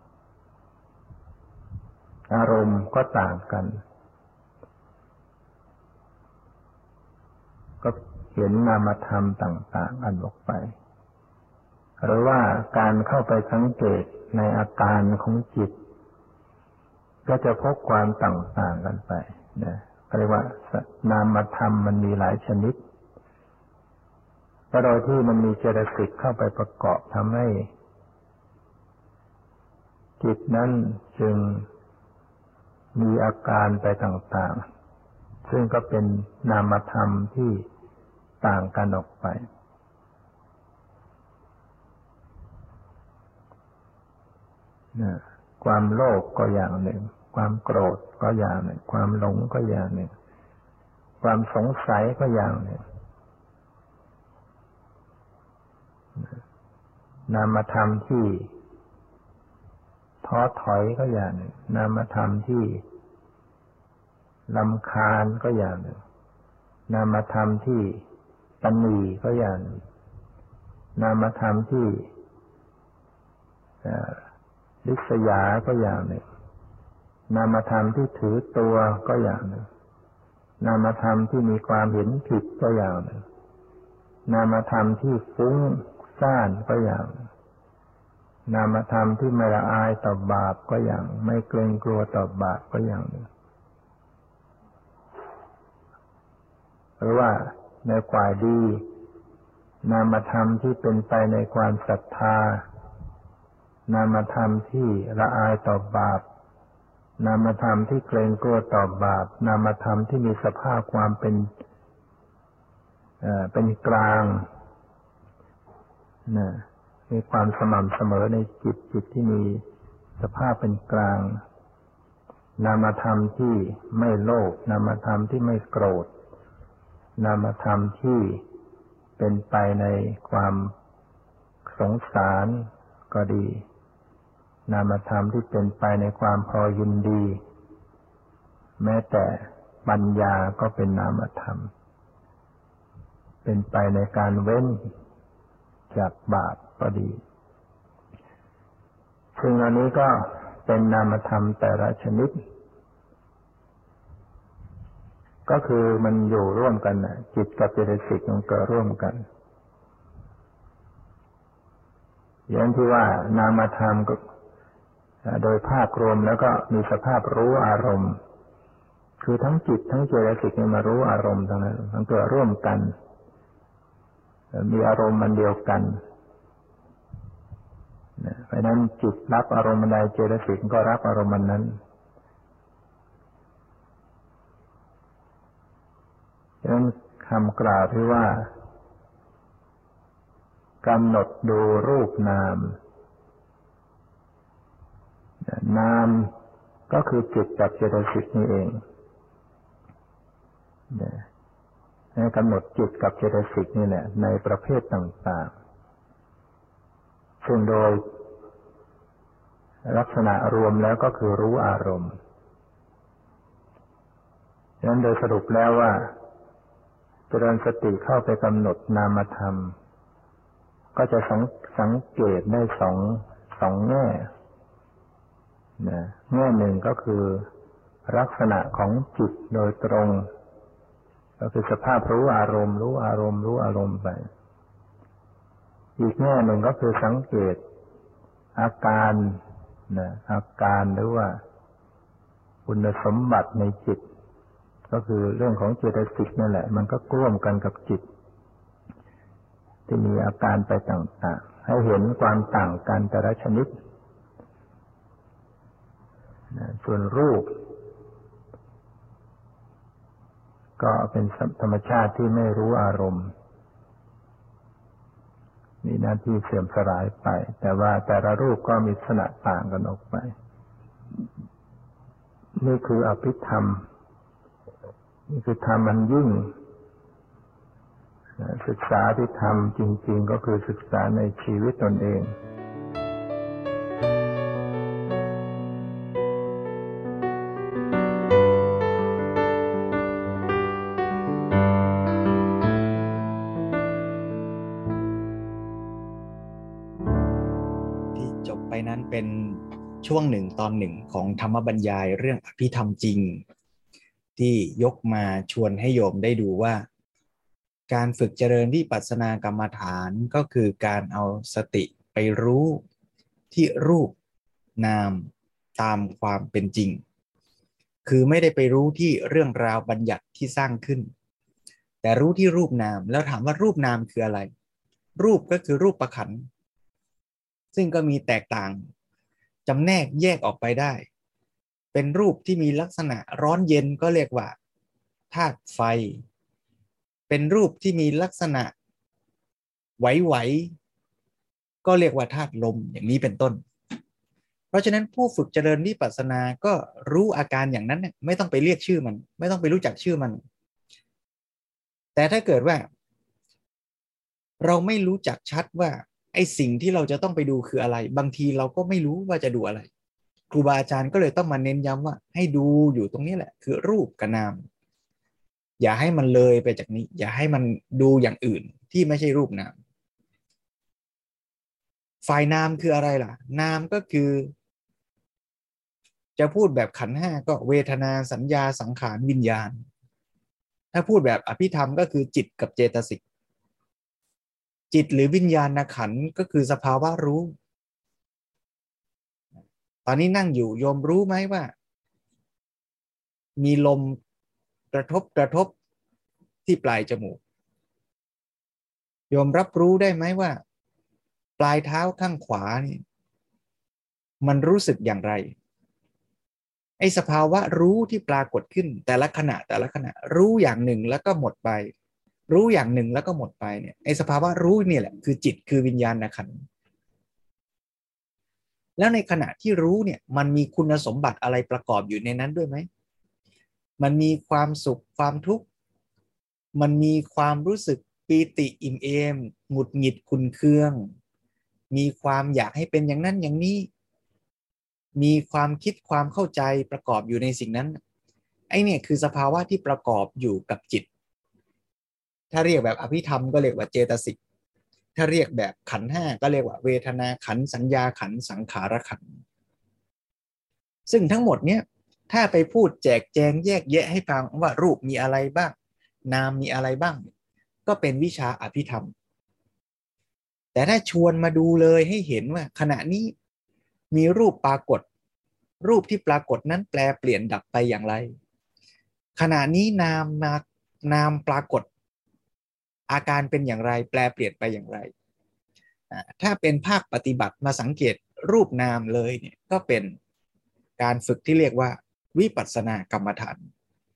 อารมณ์ก็ต่างกันก็เห็นนามธรรมต่างๆกันออกไปหรือว่าการเข้าไปสังเกตในอาการของจิตก็จะพบความต่างๆกันไปนะเรียกว่านามธรรมมันมีหลายชนิดโดยที่มันมีเจตสิกเข้าไปประกอบทำให้จิตนั้นจึงมีอาการไปต่างๆซึ่งก็เป็นนามธรรมที่ต่างกันออกไปความโลภก็อย่างหนึ่งความโกรธก็อย่างหนึ่งความหลงก็อย่างหนึ่งความสงสัยก็อย่างหนึ่งนามธรรมที่ท้อถอยก็อย่างหนึ่งนามธรรมที่รำคาญก็อย่างหนึ่งนามธรรมที่ตนีก็อย่างหนึ่งนามธรรมที่ริษยาก็อย่างหนึ่งนามธรรมที่ถือตัวก็อย่างหนึ่งนามธรรมที่มีความเห็นผิดก็อย่างหนึ่งนามธรรมที่ฟุ้งซ่านก็อย่างนามธรรมที่ไม่ละอายต่อบาปก็อย่างไม่เกรงกลัวต่อบาปก็อย่างหนึ่งหรือว่าในฝ่ายดีนามธรรมที่เป็นไปในความศรัทธานามธรรมที่ละอายต่อบาปนามธรรมที่เกรงกลัวต่อบาปนามธรรมที่มีสภาพความเป็นกลางมีความสม่ำเสมอในจิตที่มีสภาพเป็นกลางนามธรรมที่ไม่โลภนามธรรมที่ไม่โกรธนามธรรมที่เป็นไปในความสงสารก็ดีนามธรรมที่เป็นไปในความพอยินดีแม้แต่ปัญญาก็เป็นนามธรรมเป็นไปในการเว้นจากบาปก็ดีซึ่งอันนี้ก็เป็นนามธรรมแต่ละชนิดก็คือมันอยู่ร่วมกันนะจิตกับเจตสิกมันเกิดร่วมกันอย่างที่ว่านามธรรมก็โดยภาพรวมแล้วก็มีสภาพรู้อารมณ์คือทั้งจิตทั้งเจตสิกมารู้อารมณ์ทั้งนั้นมันเกิดร่วมกันมีอารมณ์มันเดียวกันเพราะนั้นจิตรับอารมณ์ใดเจตสิกก็รับอารมณ์นั้นดังนั้นคำกล่าวที่ว่ากำหนดดูรูปนามนามก็คือจิตกับเจตสิกนี่เองให้กำหนดจิตกับเจตสิกนี่แหละในประเภทต่างๆซึ่งโดยลักษณะรวมแล้วก็คือรู้อารมณ์ฉะนั้นโดยสรุปแล้วว่าเจริญสติเข้าไปกำหนดนามธรรมก็จะสังเกตได้สองแง่แง่หนึ่งก็คือลักษณะของจิตโดยตรงก็คือสภาพรู้อารมณ์รู้อารมณ์รู้อารมณ์ไปอีกแง่หนึ่งก็คือสังเกตอาการอาการหรือว่าคุณสมบัติในจิตก็คือเรื่องของเจตสิกนั่นแหละมันก็ร่วมกันกับจิตที่มีอาการไปต่างๆให้เห็นความต่างกันแต่ละชนิดส่วนรูปก็เป็นธรรมชาติที่ไม่รู้อารมณ์มีหน้าที่เสื่อมสลายไปแต่ว่าแต่ละรูปก็มีลักษณะต่างกันออกไปนี่คืออภิธรรมนี่คือธรรมอันยิ่งศึกษาที่ธรรมจริงๆก็คือศึกษาในชีวิตตนเองเป็นช่วงหนึ่งตอนหนึ่งของธรรมบรรยายเรื่องอภิธรรมจริงที่ยกมาชวนให้โยมได้ดูว่าการฝึกเจริญวิปัสสนากรรมฐานก็คือการเอาสติไปรู้ที่รูปนามตามความเป็นจริงคือไม่ได้ไปรู้ที่เรื่องราวบัญญัติที่สร้างขึ้นแต่รู้ที่รูปนามแล้วถามว่ารูปนามคืออะไรรูปก็คือรูปประขันธ์ซึ่งก็มีแตกต่างจำแนกแยกออกไปได้เป็นรูปที่มีลักษณะร้อนเย็นก็เรียกว่าธาตุไฟเป็นรูปที่มีลักษณะไหวๆก็เรียกว่าธาตุลมอย่างนี้เป็นต้นเพราะฉะนั้นผู้ฝึกเจริญวิปัสสนาก็รู้อาการอย่างนั้นไม่ต้องไปเรียกชื่อมันไม่ต้องไปรู้จักชื่อมันแต่ถ้าเกิดว่าเราไม่รู้จักชัดว่าไอ้สิ่งที่เราจะต้องไปดูคืออะไรบางทีเราก็ไม่รู้ว่าจะดูอะไรครูบาอาจารย์ก็เลยต้องมาเน้นย้ำว่าให้ดูอยู่ตรงนี้แหละคือรูปกับนามอย่าให้มันเลยไปจากนี้อย่าให้มันดูอย่างอื่นที่ไม่ใช่รูปนามฝ่ายนามคืออะไรล่ะนามก็คือจะพูดแบบขันธ์ห้าก็เวทนาสัญญาสังขารวิญญาณถ้าพูดแบบอภิธรรมก็คือจิตกับเจตสิกจิตหรือวิญญาณขันธ์ก็คือสภาวะรู้ตอนนี้นั่งอยู่โยมรู้ไหมว่ามีลมกระทบที่ปลายจมูกโยมรับรู้ได้ไหมว่าปลายเท้าข้างขวานี่มันรู้สึกอย่างไรไอ้สภาวะรู้ที่ปรากฏขึ้นแต่ละขณะรู้อย่างหนึ่งแล้วก็หมดไปรู้อย่างหนึ่งแล้วก็หมดไปเนี่ยไอ้สภาวะรู้นี่แหละคือจิตคือวิญญาณขันธ์แล้วในขณะที่รู้เนี่ยมันมีคุณสมบัติอะไรประกอบอยู่ในนั้นด้วยไหมมันมีความสุขความทุกข์มันมีความรู้สึกปีติอิ่มเอมหงุดหงิดขุ่นเคืองมีความอยากให้เป็นอย่างนั้นอย่างนี้มีความคิดความเข้าใจประกอบอยู่ในสิ่งนั้นไอ้เนี่ยคือสภาวะที่ประกอบอยู่กับจิตถ้าเรียกแบบอภิธรรมก็เรียกว่าเจตสิกถ้าเรียกแบบขันธ์ห้าก็เรียกว่าเวทนาขันธ์สัญญาขันธ์สังขารขันธ์ซึ่งทั้งหมดเนี้ยถ้าไปพูดแจกแจงแยกแยะให้ฟังว่ารูปมีอะไรบ้างนามมีอะไรบ้างก็เป็นวิชาอภิธรรมแต่ถ้าชวนมาดูเลยให้เห็นว่าขณะนี้มีรูปปรากฏรูปที่ปรากฏนั้นแปลเปลี่ยนดับไปอย่างไรขณะนี้นามปรากฏอาการเป็นอย่างไรแปลเปลี่ยนไปอย่างไรถ้าเป็นภาคปฏิบัติมาสังเกตรูปนามเลยเนี่ยก็เป็นการฝึกที่เรียกว่าวิปัสสนากรรมฐาน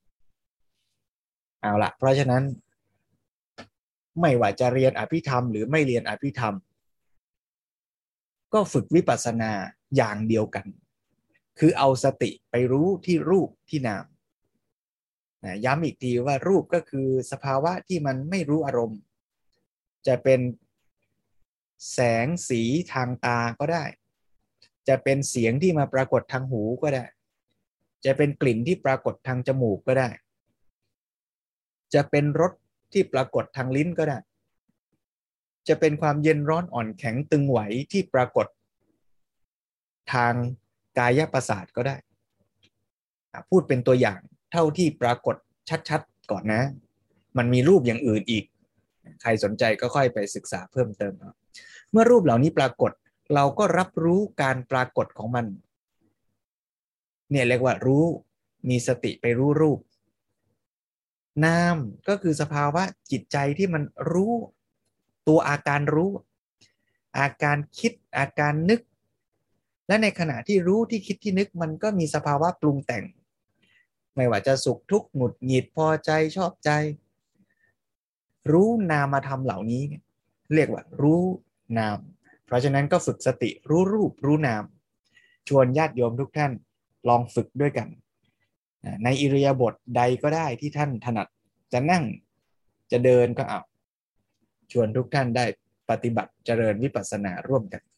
เอาละเพราะฉะนั้นไม่ว่าจะเรียนอภิธรรมหรือไม่เรียนอภิธรรมก็ฝึกวิปัสสนาอย่างเดียวกันคือเอาสติไปรู้ที่รูปที่นามย้ำอีกทีว่ารูปก็คือสภาวะที่มันไม่รู้อารมณ์จะเป็นแสงสีทางตาก็ได้จะเป็นเสียงที่มาปรากฏทางหูก็ได้จะเป็นกลิ่นที่ปรากฏทางจมูกก็ได้จะเป็นรสที่ปรากฏทางลิ้นก็ได้จะเป็นความเย็นร้อนอ่อนแข็งตึงไหวที่ปรากฏทางกายประสาทก็ได้พูดเป็นตัวอย่างเท่าที่ปรากฏชัดๆก่อนนะมันมีรูปอย่างอื่นอีกใครสนใจก็ค่อยไปศึกษาเพิ่มเติมเมื่อรูปเหล่านี้ปรากฏเราก็รับรู้การปรากฏของมันเนี่ยเรียกว่ารู้มีสติไปรู้รูปนามก็คือสภาวะจิตใจที่มันรู้ตัวอาการรู้อาการคิดอาการนึกและในขณะที่รู้ที่คิดที่นึกมันก็มีสภาวะปรุงแต่งไม่ว่าจะสุขทุกข์หงุดหงิดพอใจชอบใจรู้นามธรรมเหล่านี้เรียกว่ารู้นามเพราะฉะนั้นก็ฝึกสติรู้รูปรู้นามชวนญาติโยมทุกท่านลองฝึกด้วยกันในอิริยาบถใดก็ได้ที่ท่านถนัดจะนั่งจะเดินก็เอาชวนทุกท่านได้ปฏิบัติเจริญวิปัสสนาร่วมกัน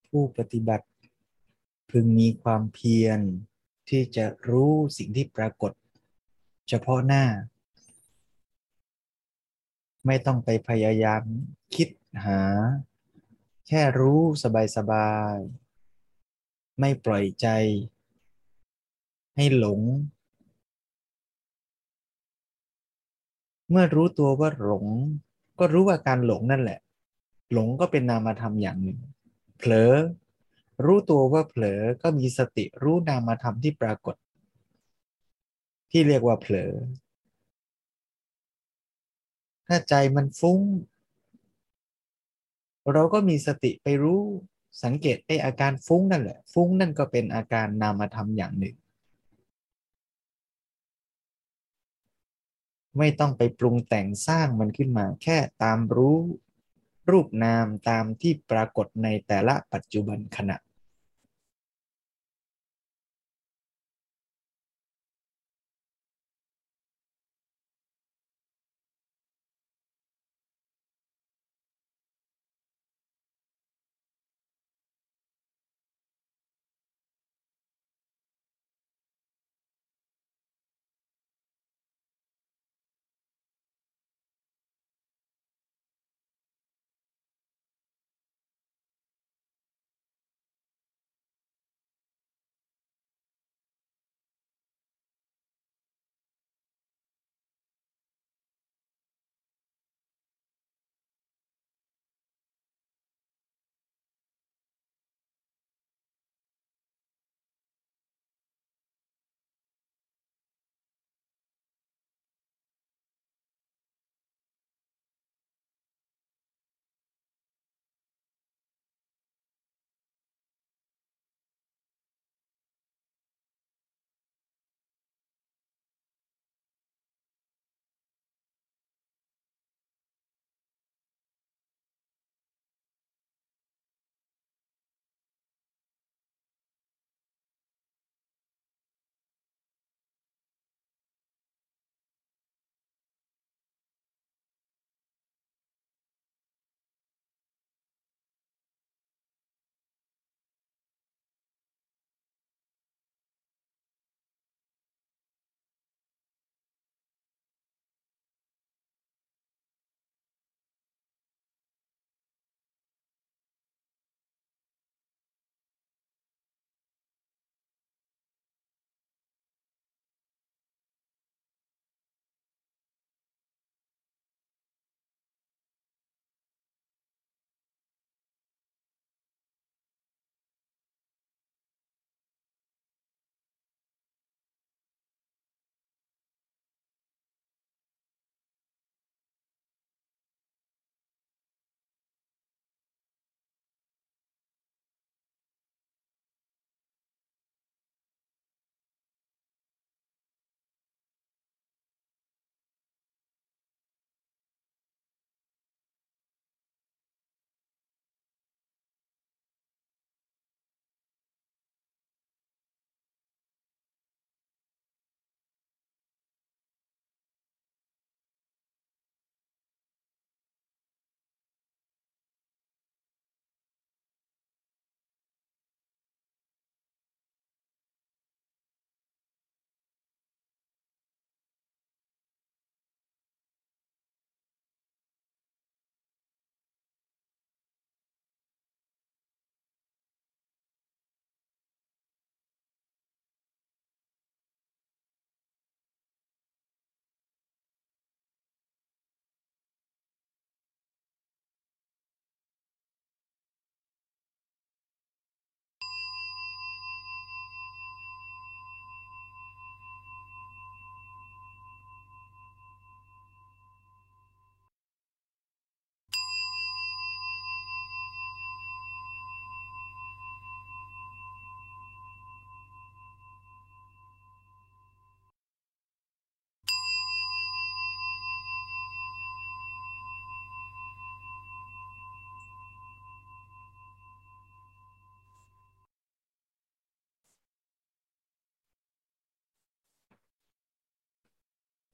ผู้ปฏิบัติพึงมีความเพียรที่จะรู้สิ่งที่ปรากฏเฉพาะหน้าไม่ต้องไปพยายามคิดหาแค่รู้สบายๆไม่ปล่อยใจให้หลงเมื่อรู้ตัวว่าหลงก็รู้ว่าการหลงนั่นแหละหลงก็เป็นนามธรรมอย่างหนึ่งเผลอรู้ตัวว่าเผลอก็มีสติรู้นามธรรมที่ปรากฏที่เรียกว่าเผลอถ้าใจมันฟุ้งเราก็มีสติไปรู้สังเกตไอ้อาการฟุ้งนั่นแหละฟุ้งนั่นก็เป็นอาการนามธรรมอย่างหนึ่งไม่ต้องไปปรุงแต่งสร้างมันขึ้นมาแค่ตามรู้รูปนามตามที่ปรากฏในแต่ละปัจจุบันขณะ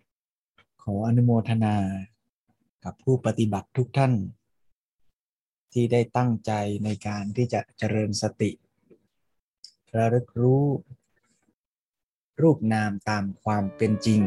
ขออนุโมทนากับผู้ปฏิบัติทุกท่านที่ได้ตั้งใจในการที่จะเจริญสติระลึกรู้รูปนามตามความเป็นจริง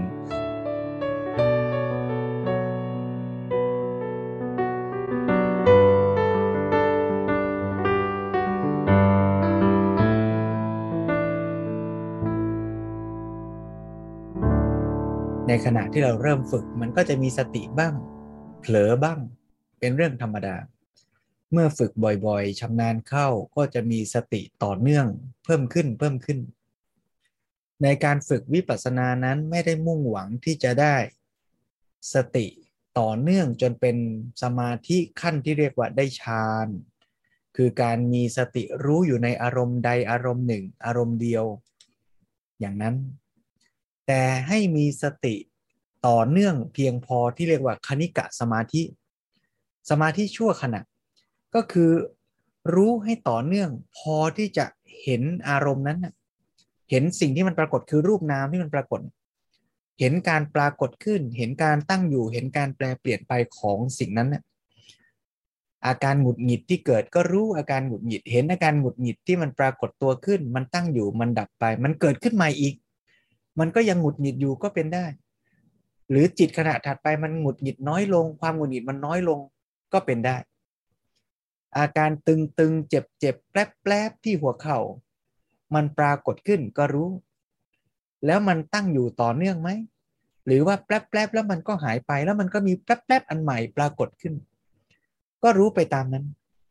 ในขณะที่เราเริ่มฝึกมันก็จะมีสติบ้างเผลอบ้างเป็นเรื่องธรรมดาเมื่อฝึกบ่อยๆชำนาญเข้าก็จะมีสติต่อเนื่องเพิ่มขึ้นในการฝึกวิปัสสนานั้นไม่ได้มุ่งหวังที่จะได้สติต่อเนื่องจนเป็นสมาธิขั้นที่เรียกว่าได้ฌานคือการมีสติรู้อยู่ในอารมณ์ใดอารมณ์หนึ่งอารมณ์เดียวอย่างนั้นแต่ให้มีสติต่อเนื่องเพียงพอที่เรียกว่าคณิกะสมาธิสมาธิชั่วขณะก็คือรู้ให้ต่อเนื่องพอที่จะเห็นอารมณ์นั้นเห็นสิ่งที่มันปรากฏคือรูปนามที่มันปรากฏเห็นการปรากฏขึ้นเห็นการตั้งอยู่เห็นการแปลเปลี่ยนไปของสิ่งนั้นอาการหงุดหงิดที่เกิดก็รู้อาการหงุดหงิดเห็นอาการหงุดหงิดที่มันปรากฏตัวขึ้นมันตั้งอยู่มันดับไปมันเกิดขึ้นใหม่อีกมันก็ยังหงุดหงิดอยู่ก็เป็นได้หรือจิตขณะถัดไปมันหงุดหงิดน้อยลงความหงุดหงิดมันน้อยลงก็เป็นได้อาการตึงๆเจ็บๆแป๊บๆที่หัวเข่ามันปรากฏขึ้นก็รู้แล้วมันตั้งอยู่ต่อเนื่องไหมหรือว่าแป๊บๆแล้วมันก็หายไปแล้วมันก็มีแป๊บๆอันใหม่ปรากฏขึ้นก็รู้ไปตามนั้น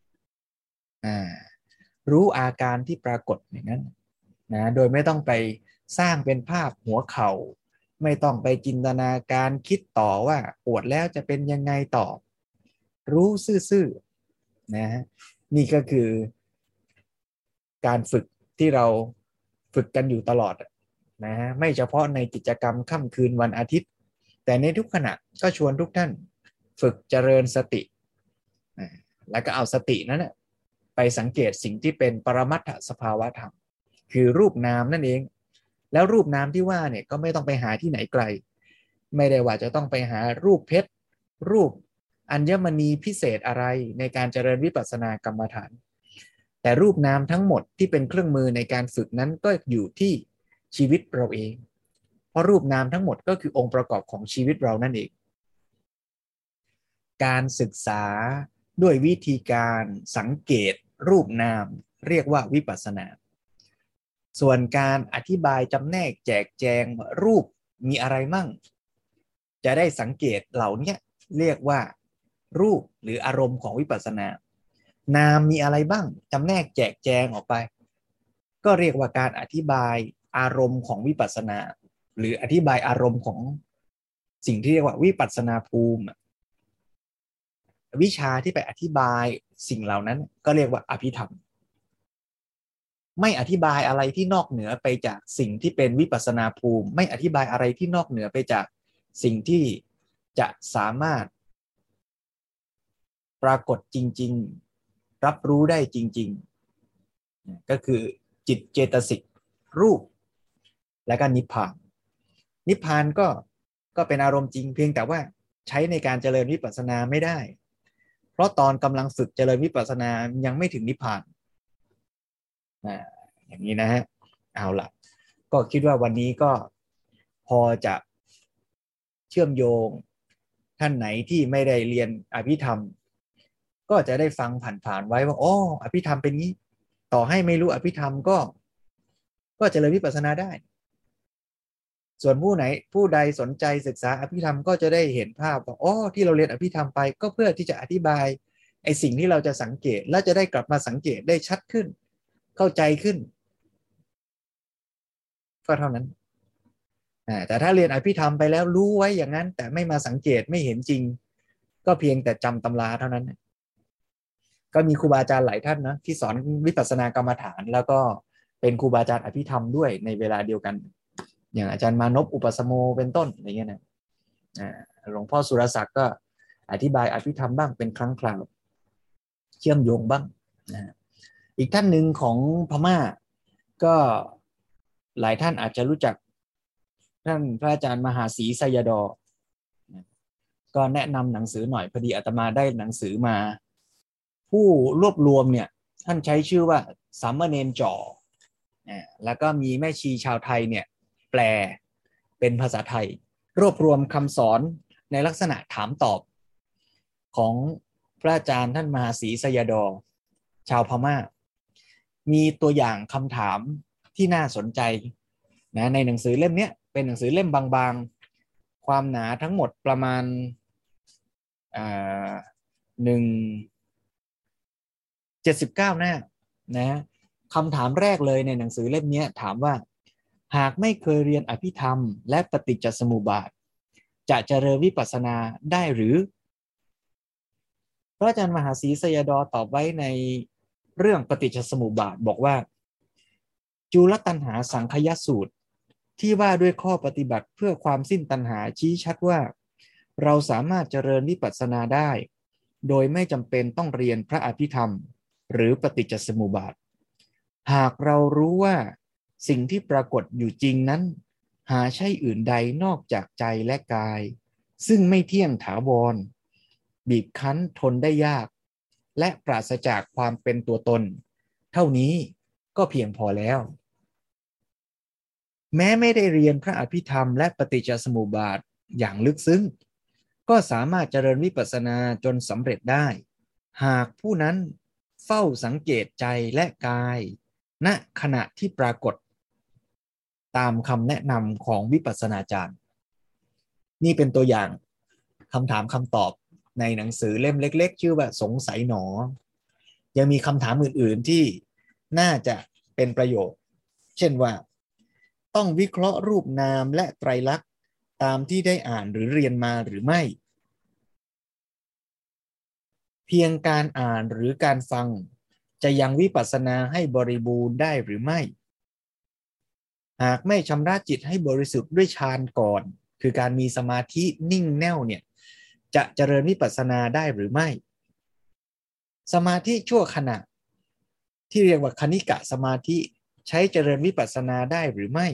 รู้อาการที่ปรากฏอย่างนั้นนะโดยไม่ต้องไปสร้างเป็นภาพหัวเข่าไม่ต้องไปจินตนาการคิดต่อว่าปวดแล้วจะเป็นยังไงต่อรู้ซื่อๆนะนี่ก็คือการฝึกที่เราฝึกกันอยู่ตลอดนะไม่เฉพาะในกิจกรรมค่ำคืนวันอาทิตย์แต่ในทุกขณะก็ชวนทุกท่านฝึกเจริญสติแล้วก็เอาสตินั้นไปสังเกตสิ่งที่เป็นปรมัตถสภาวะธรรมคือรูปนามนั่นเองแล้วรูปนามที่ว่าเนี่ยก็ไม่ต้องไปหาที่ไหนไกลไม่ได้ว่าจะต้องไปหารูปเพชรรูปอัญมณีพิเศษอะไรในการเจริญวิปัสสนากรรมฐานแต่รูปนามทั้งหมดที่เป็นเครื่องมือในการฝึกนั้นก็อยู่ที่ชีวิตเราเองเพราะรูปนามทั้งหมดก็คือองค์ประกอบของชีวิตเรานั่นเองการศึกษาด้วยวิธีการสังเกตรูปนามเรียกว่าวิปัสสนาส่วนการอธิบายจำแนกแจกแจงรูปมีอะไรมั่งจะได้สังเกตเหล่านี้เรียกว่ารูปหรืออารมณ์ของวิปัสสนานามมีอะไรบ้างจำแนกแจกแจงออกไปก็เรียกว่าการอธิบายอารมณ์ของวิปัสสนาหรืออธิบายอารมณ์ของสิ่งที่เรียกว่าวิปัสสนาภูมิวิชาที่ไปอธิบายสิ่งเหล่านั้นก็เรียกว่าอภิธรรมไม่อธิบายอะไรที่นอกเหนือไปจากสิ่งที่เป็นวิปัสสนาภูมิไม่อธิบายอะไรที่นอกเหนือไปจากสิ่งที่จะสามารถปรากฏจริงๆรับรู้ได้จริงๆก็คือจิตเจตสิกรูปและก็นิพพานนิพพานก็เป็นอารมณ์จริงเพียงแต่ว่าใช้ในการเจริญวิปัสสนาไม่ได้เพราะตอนกำลังฝึกเจริญวิปัสสนายังไม่ถึงนิพพานอย่างนี้นะฮะเอาล่ะก็คิดว่าวันนี้ก็พอจะเชื่อมโยงท่านไหนที่ไม่ได้เรียนอภิธรรมก็จะได้ฟังผ่านๆไว้ว่าอ๋ออภิธรรมเป็นงี้ต่อให้ไม่รู้อภิธรรมก็เจริญวิปัสสนาได้ส่วนผู้ใดสนใจศึกษาอภิธรรมก็จะได้เห็นภาพว่าอ๋อที่เราเรียนอภิธรรมไปก็เพื่อที่จะอธิบายไอ้สิ่งที่เราจะสังเกตและจะได้กลับมาสังเกตได้ชัดขึ้นเข้าใจขึ้นก็เท่านั้นแต่ถ้าเรียนอภิธรรมไปแล้วรู้ไว้อย่างนั้นแต่ไม่มาสังเกตไม่เห็นจริงก็เพียงแต่จำตำราเท่านั้นก็มีครูบาอาจารย์หลายท่านนะที่สอนวิปัสสนากรรมฐานแล้วก็เป็นครูบาอาจารย์อภิธรรมด้วยในเวลาเดียวกันอย่างอาจารย์มานพอุปสมโมเป็นต้นอะไรเงี้ยนะหลวงพ่อสุรศักดิ์ก็อธิบายอภิธรรมบ้างเป็นครั้งคราวเชื่อมโยงบ้างอีกท่านหนึ่งของพม่าก็หลายท่านอาจจะรู้จักท่านพระอาจารย์มหาศรีไสยดอก็แนะนำหนังสือหน่อยพอดีอาตมาได้หนังสือมาผู้รวบรวมเนี่ยท่านใช้ชื่อว่าสามเณรจ่อแล้วก็มีแม่ชีชาวไทยเนี่ยแปลเป็นภาษาไทยรวบรวมคำสอนในลักษณะถามตอบของพระอาจารย์ท่านมหาศรีสยดอชาวพม่ามีตัวอย่างคำถามที่น่าสนใจนะในหนังสือเล่มนี้เป็นหนังสือเล่มบางๆความหนาทั้งหมดประมาณ79 หน้านะคำถามแรกเลยในหนังสือเล่มนี้ถามว่าหากไม่เคยเรียนอภิธรรมและปฏิจจสมุปบาทจะเจริญวิปัสสนาได้หรือพระอาจารย์มหาศรีสยดอตอบไว้ในเรื่องปฏิจจสมุปบาทบอกว่าจุลตัณหาสังคยสูตรที่ว่าด้วยข้อปฏิบัติเพื่อความสิ้นตัณหาชี้ชัดว่าเราสามารถเจริญวิปัสสนาได้โดยไม่จำเป็นต้องเรียนพระอภิธรรมหรือปฏิจจสมุปบาทหากเรารู้ว่าสิ่งที่ปรากฏอยู่จริงนั้นหาใช่อื่นใดนอกจากใจและกายซึ่งไม่เที่ยงถาวรบีบคั้นทนได้ยากและปราศจากความเป็นตัวตนเท่านี้ก็เพียงพอแล้วแม้ไม่ได้เรียนพระอภิธรรมและปฏิจจสมุปบาทอย่างลึกซึ้งก็สามารถเจริญวิปัสสนาจนสำเร็จได้หากผู้นั้นเฝ้าสังเกตใจและกายณขณะที่ปรากฏตามคำแนะนำของวิปัสสนาจารย์นี่เป็นตัวอย่างคำถามคำตอบในหนังสือเล่มเล็กๆชื่อว่าสงสัยหนอยังมีคำถามอื่นๆที่น่าจะเป็นประโยชน์เช่นว่าต้องวิเคราะห์รูปนามและไตรลักษณ์ตามที่ได้อ่านหรือเรียนมาหรือไม่เพียงการอ่านหรือการฟังจะยังวิปัสสนาให้บริบูรณ์ได้หรือไม่หากไม่ชำระจิตให้บริสุทธิ์ด้วยฌานก่อนคือการมีสมาธินิ่งแน่วเนี่ยจะเจริญวิปัสสนาได้หรือไม่สมาธิชั่วขณะที่เรียกว่าคณิกะสมาธิใช้เจริญวิปัสสนาได้หรือไม่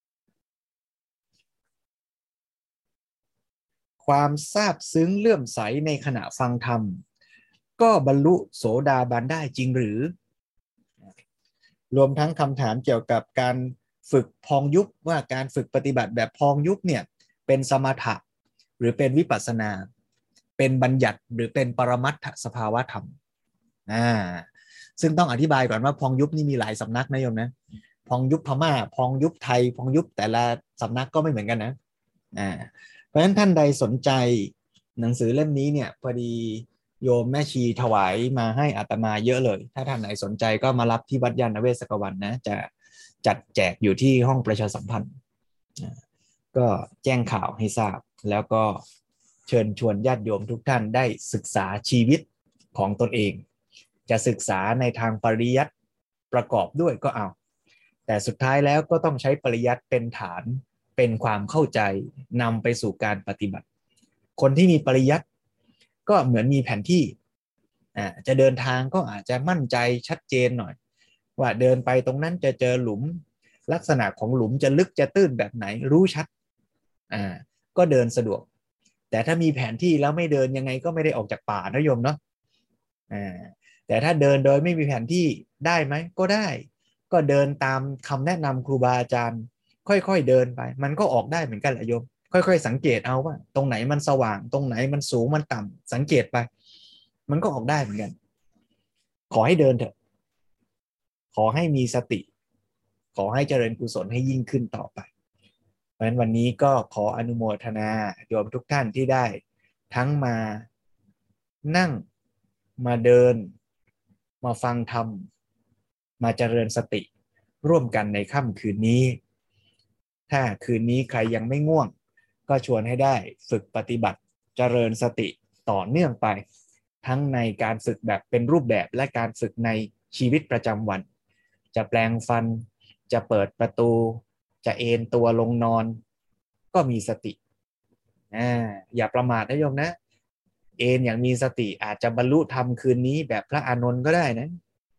ความซาบซึ้งเลื่อมใสในขณะฟังธรรมก็บรรลุโสดาบันได้จริงหรือรวมทั้งคำถามเกี่ยวกับการฝึกพองยุบว่าการฝึกปฏิบัติแบบพองยุบเนี่ยเป็นสมถะหรือเป็นวิปัสสนาเป็นบัญญัติหรือเป็นปรมัตถสภาวะธรรมซึ่งต้องอธิบายก่อนว่าพองยุบนี่มีหลายสำนักนะโยมนะพองยุบพม่าพองยุบไทยพองยุบแต่ละสำนักก็ไม่เหมือนกันนะเพราะฉะนั้นท่านใดสนใจหนังสือเล่มนี้เนี่ยพอดีโยมแม่ชีถวายมาให้อาตมาเยอะเลยถ้าท่านไหนสนใจก็มารับที่วัดยานเวศกวันนะจะจัดแจกอยู่ที่ห้องประชาสัมพันธ์ก็แจ้งข่าวให้ทราบแล้วก็เชิญชวนญาติโยมทุกท่านได้ศึกษาชีวิตของตนเองจะศึกษาในทางปริยัติประกอบด้วยก็เอาแต่สุดท้ายแล้วก็ต้องใช้ปริยัติเป็นฐานเป็นความเข้าใจนำไปสู่การปฏิบัติคนที่มีปริยัติก็เหมือนมีแผนที่จะเดินทางก็อาจจะมั่นใจชัดเจนหน่อยว่าเดินไปตรงนั้นจะเจอหลุมลักษณะของหลุมจะลึกจะตื้นแบบไหนรู้ชัดก็เดินสะดวกแต่ถ้ามีแผนที่แล้วไม่เดินยังไงก็ไม่ได้ออกจากป่านะโยมเนาะแต่ถ้าเดินโดยไม่มีแผนที่ได้ไหมก็ได้ก็เดินตามคำแนะนำครูบาอาจารย์ค่อยๆเดินไปมันก็ออกได้เหมือนกันแหละโยมค่อยๆสังเกตเอาว่าตรงไหนมันสว่างตรงไหนมันสูงมันต่ำสังเกตไปมันก็ออกได้เหมือนกันขอให้เดินเถอะขอให้มีสติขอให้เจริญกุศลให้ยิ่งขึ้นต่อไปเพราะฉะนั้นวันนี้ก็ขออนุโมทนาโยมทุกท่านที่ได้ทั้งมานั่งมาเดินมาฟังธรรมมาเจริญสติร่วมกันในค่ำคืนนี้ถ้าคืนนี้ใครยังไม่ง่วงก็ชวนให้ได้ฝึกปฏิบัติเจริญสติต่อเนื่องไปทั้งในการฝึกแบบเป็นรูปแบบและการฝึกในชีวิตประจำวันจะแปลงฟันจะเปิดประตูจะเอนตัวลงนอนก็มีสติอย่าประมาทนะโยมนะเอนอย่างมีสติอาจจะบรรลุธรรมคืนนี้แบบพระอานนท์ก็ได้นะ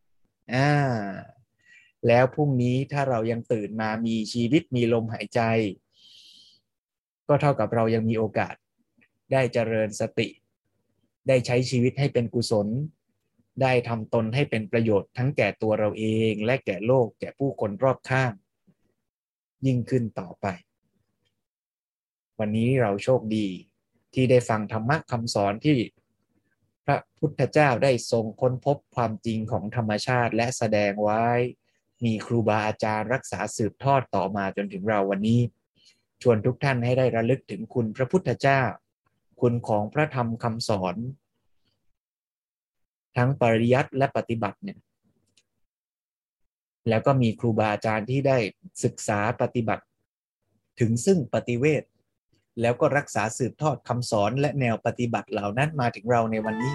แล้วพรุ่งนี้ถ้าเรายังตื่นมามีชีวิตมีลมหายใจก็เท่ากับเรายังมีโอกาสได้เจริญสติได้ใช้ชีวิตให้เป็นกุศลได้ทำตนให้เป็นประโยชน์ทั้งแก่ตัวเราเองและแก่โลกแก่ผู้คนรอบข้างยิ่งขึ้นต่อไปวันนี้เราโชคดีที่ได้ฟังธรรมะคำสอนที่พระพุทธเจ้าได้ทรงค้นพบความจริงของธรรมชาติและแสดงไว้มีครูบาอาจารย์รักษาสืบทอดต่อมาจนถึงเราวันนี้ชวนทุกท่านให้ได้ระลึกถึงคุณพระพุทธเจ้าคุณของพระธรรมคำสอนทั้งปริยัติและปฏิบัติเนี่ยแล้วก็มีครูบาอาจารย์ที่ได้ศึกษาปฏิบัติถึงซึ่งปฏิเวทแล้วก็รักษาสืบทอดคำสอนและแนวปฏิบัติเหล่านั้นมาถึงเราในวันนี้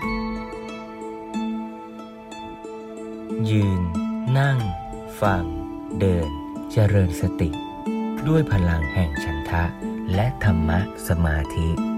ยืนนั่งฟังเดินเจริญสติด้วยพลังแห่งฉันทะและธรรมะสมาธิ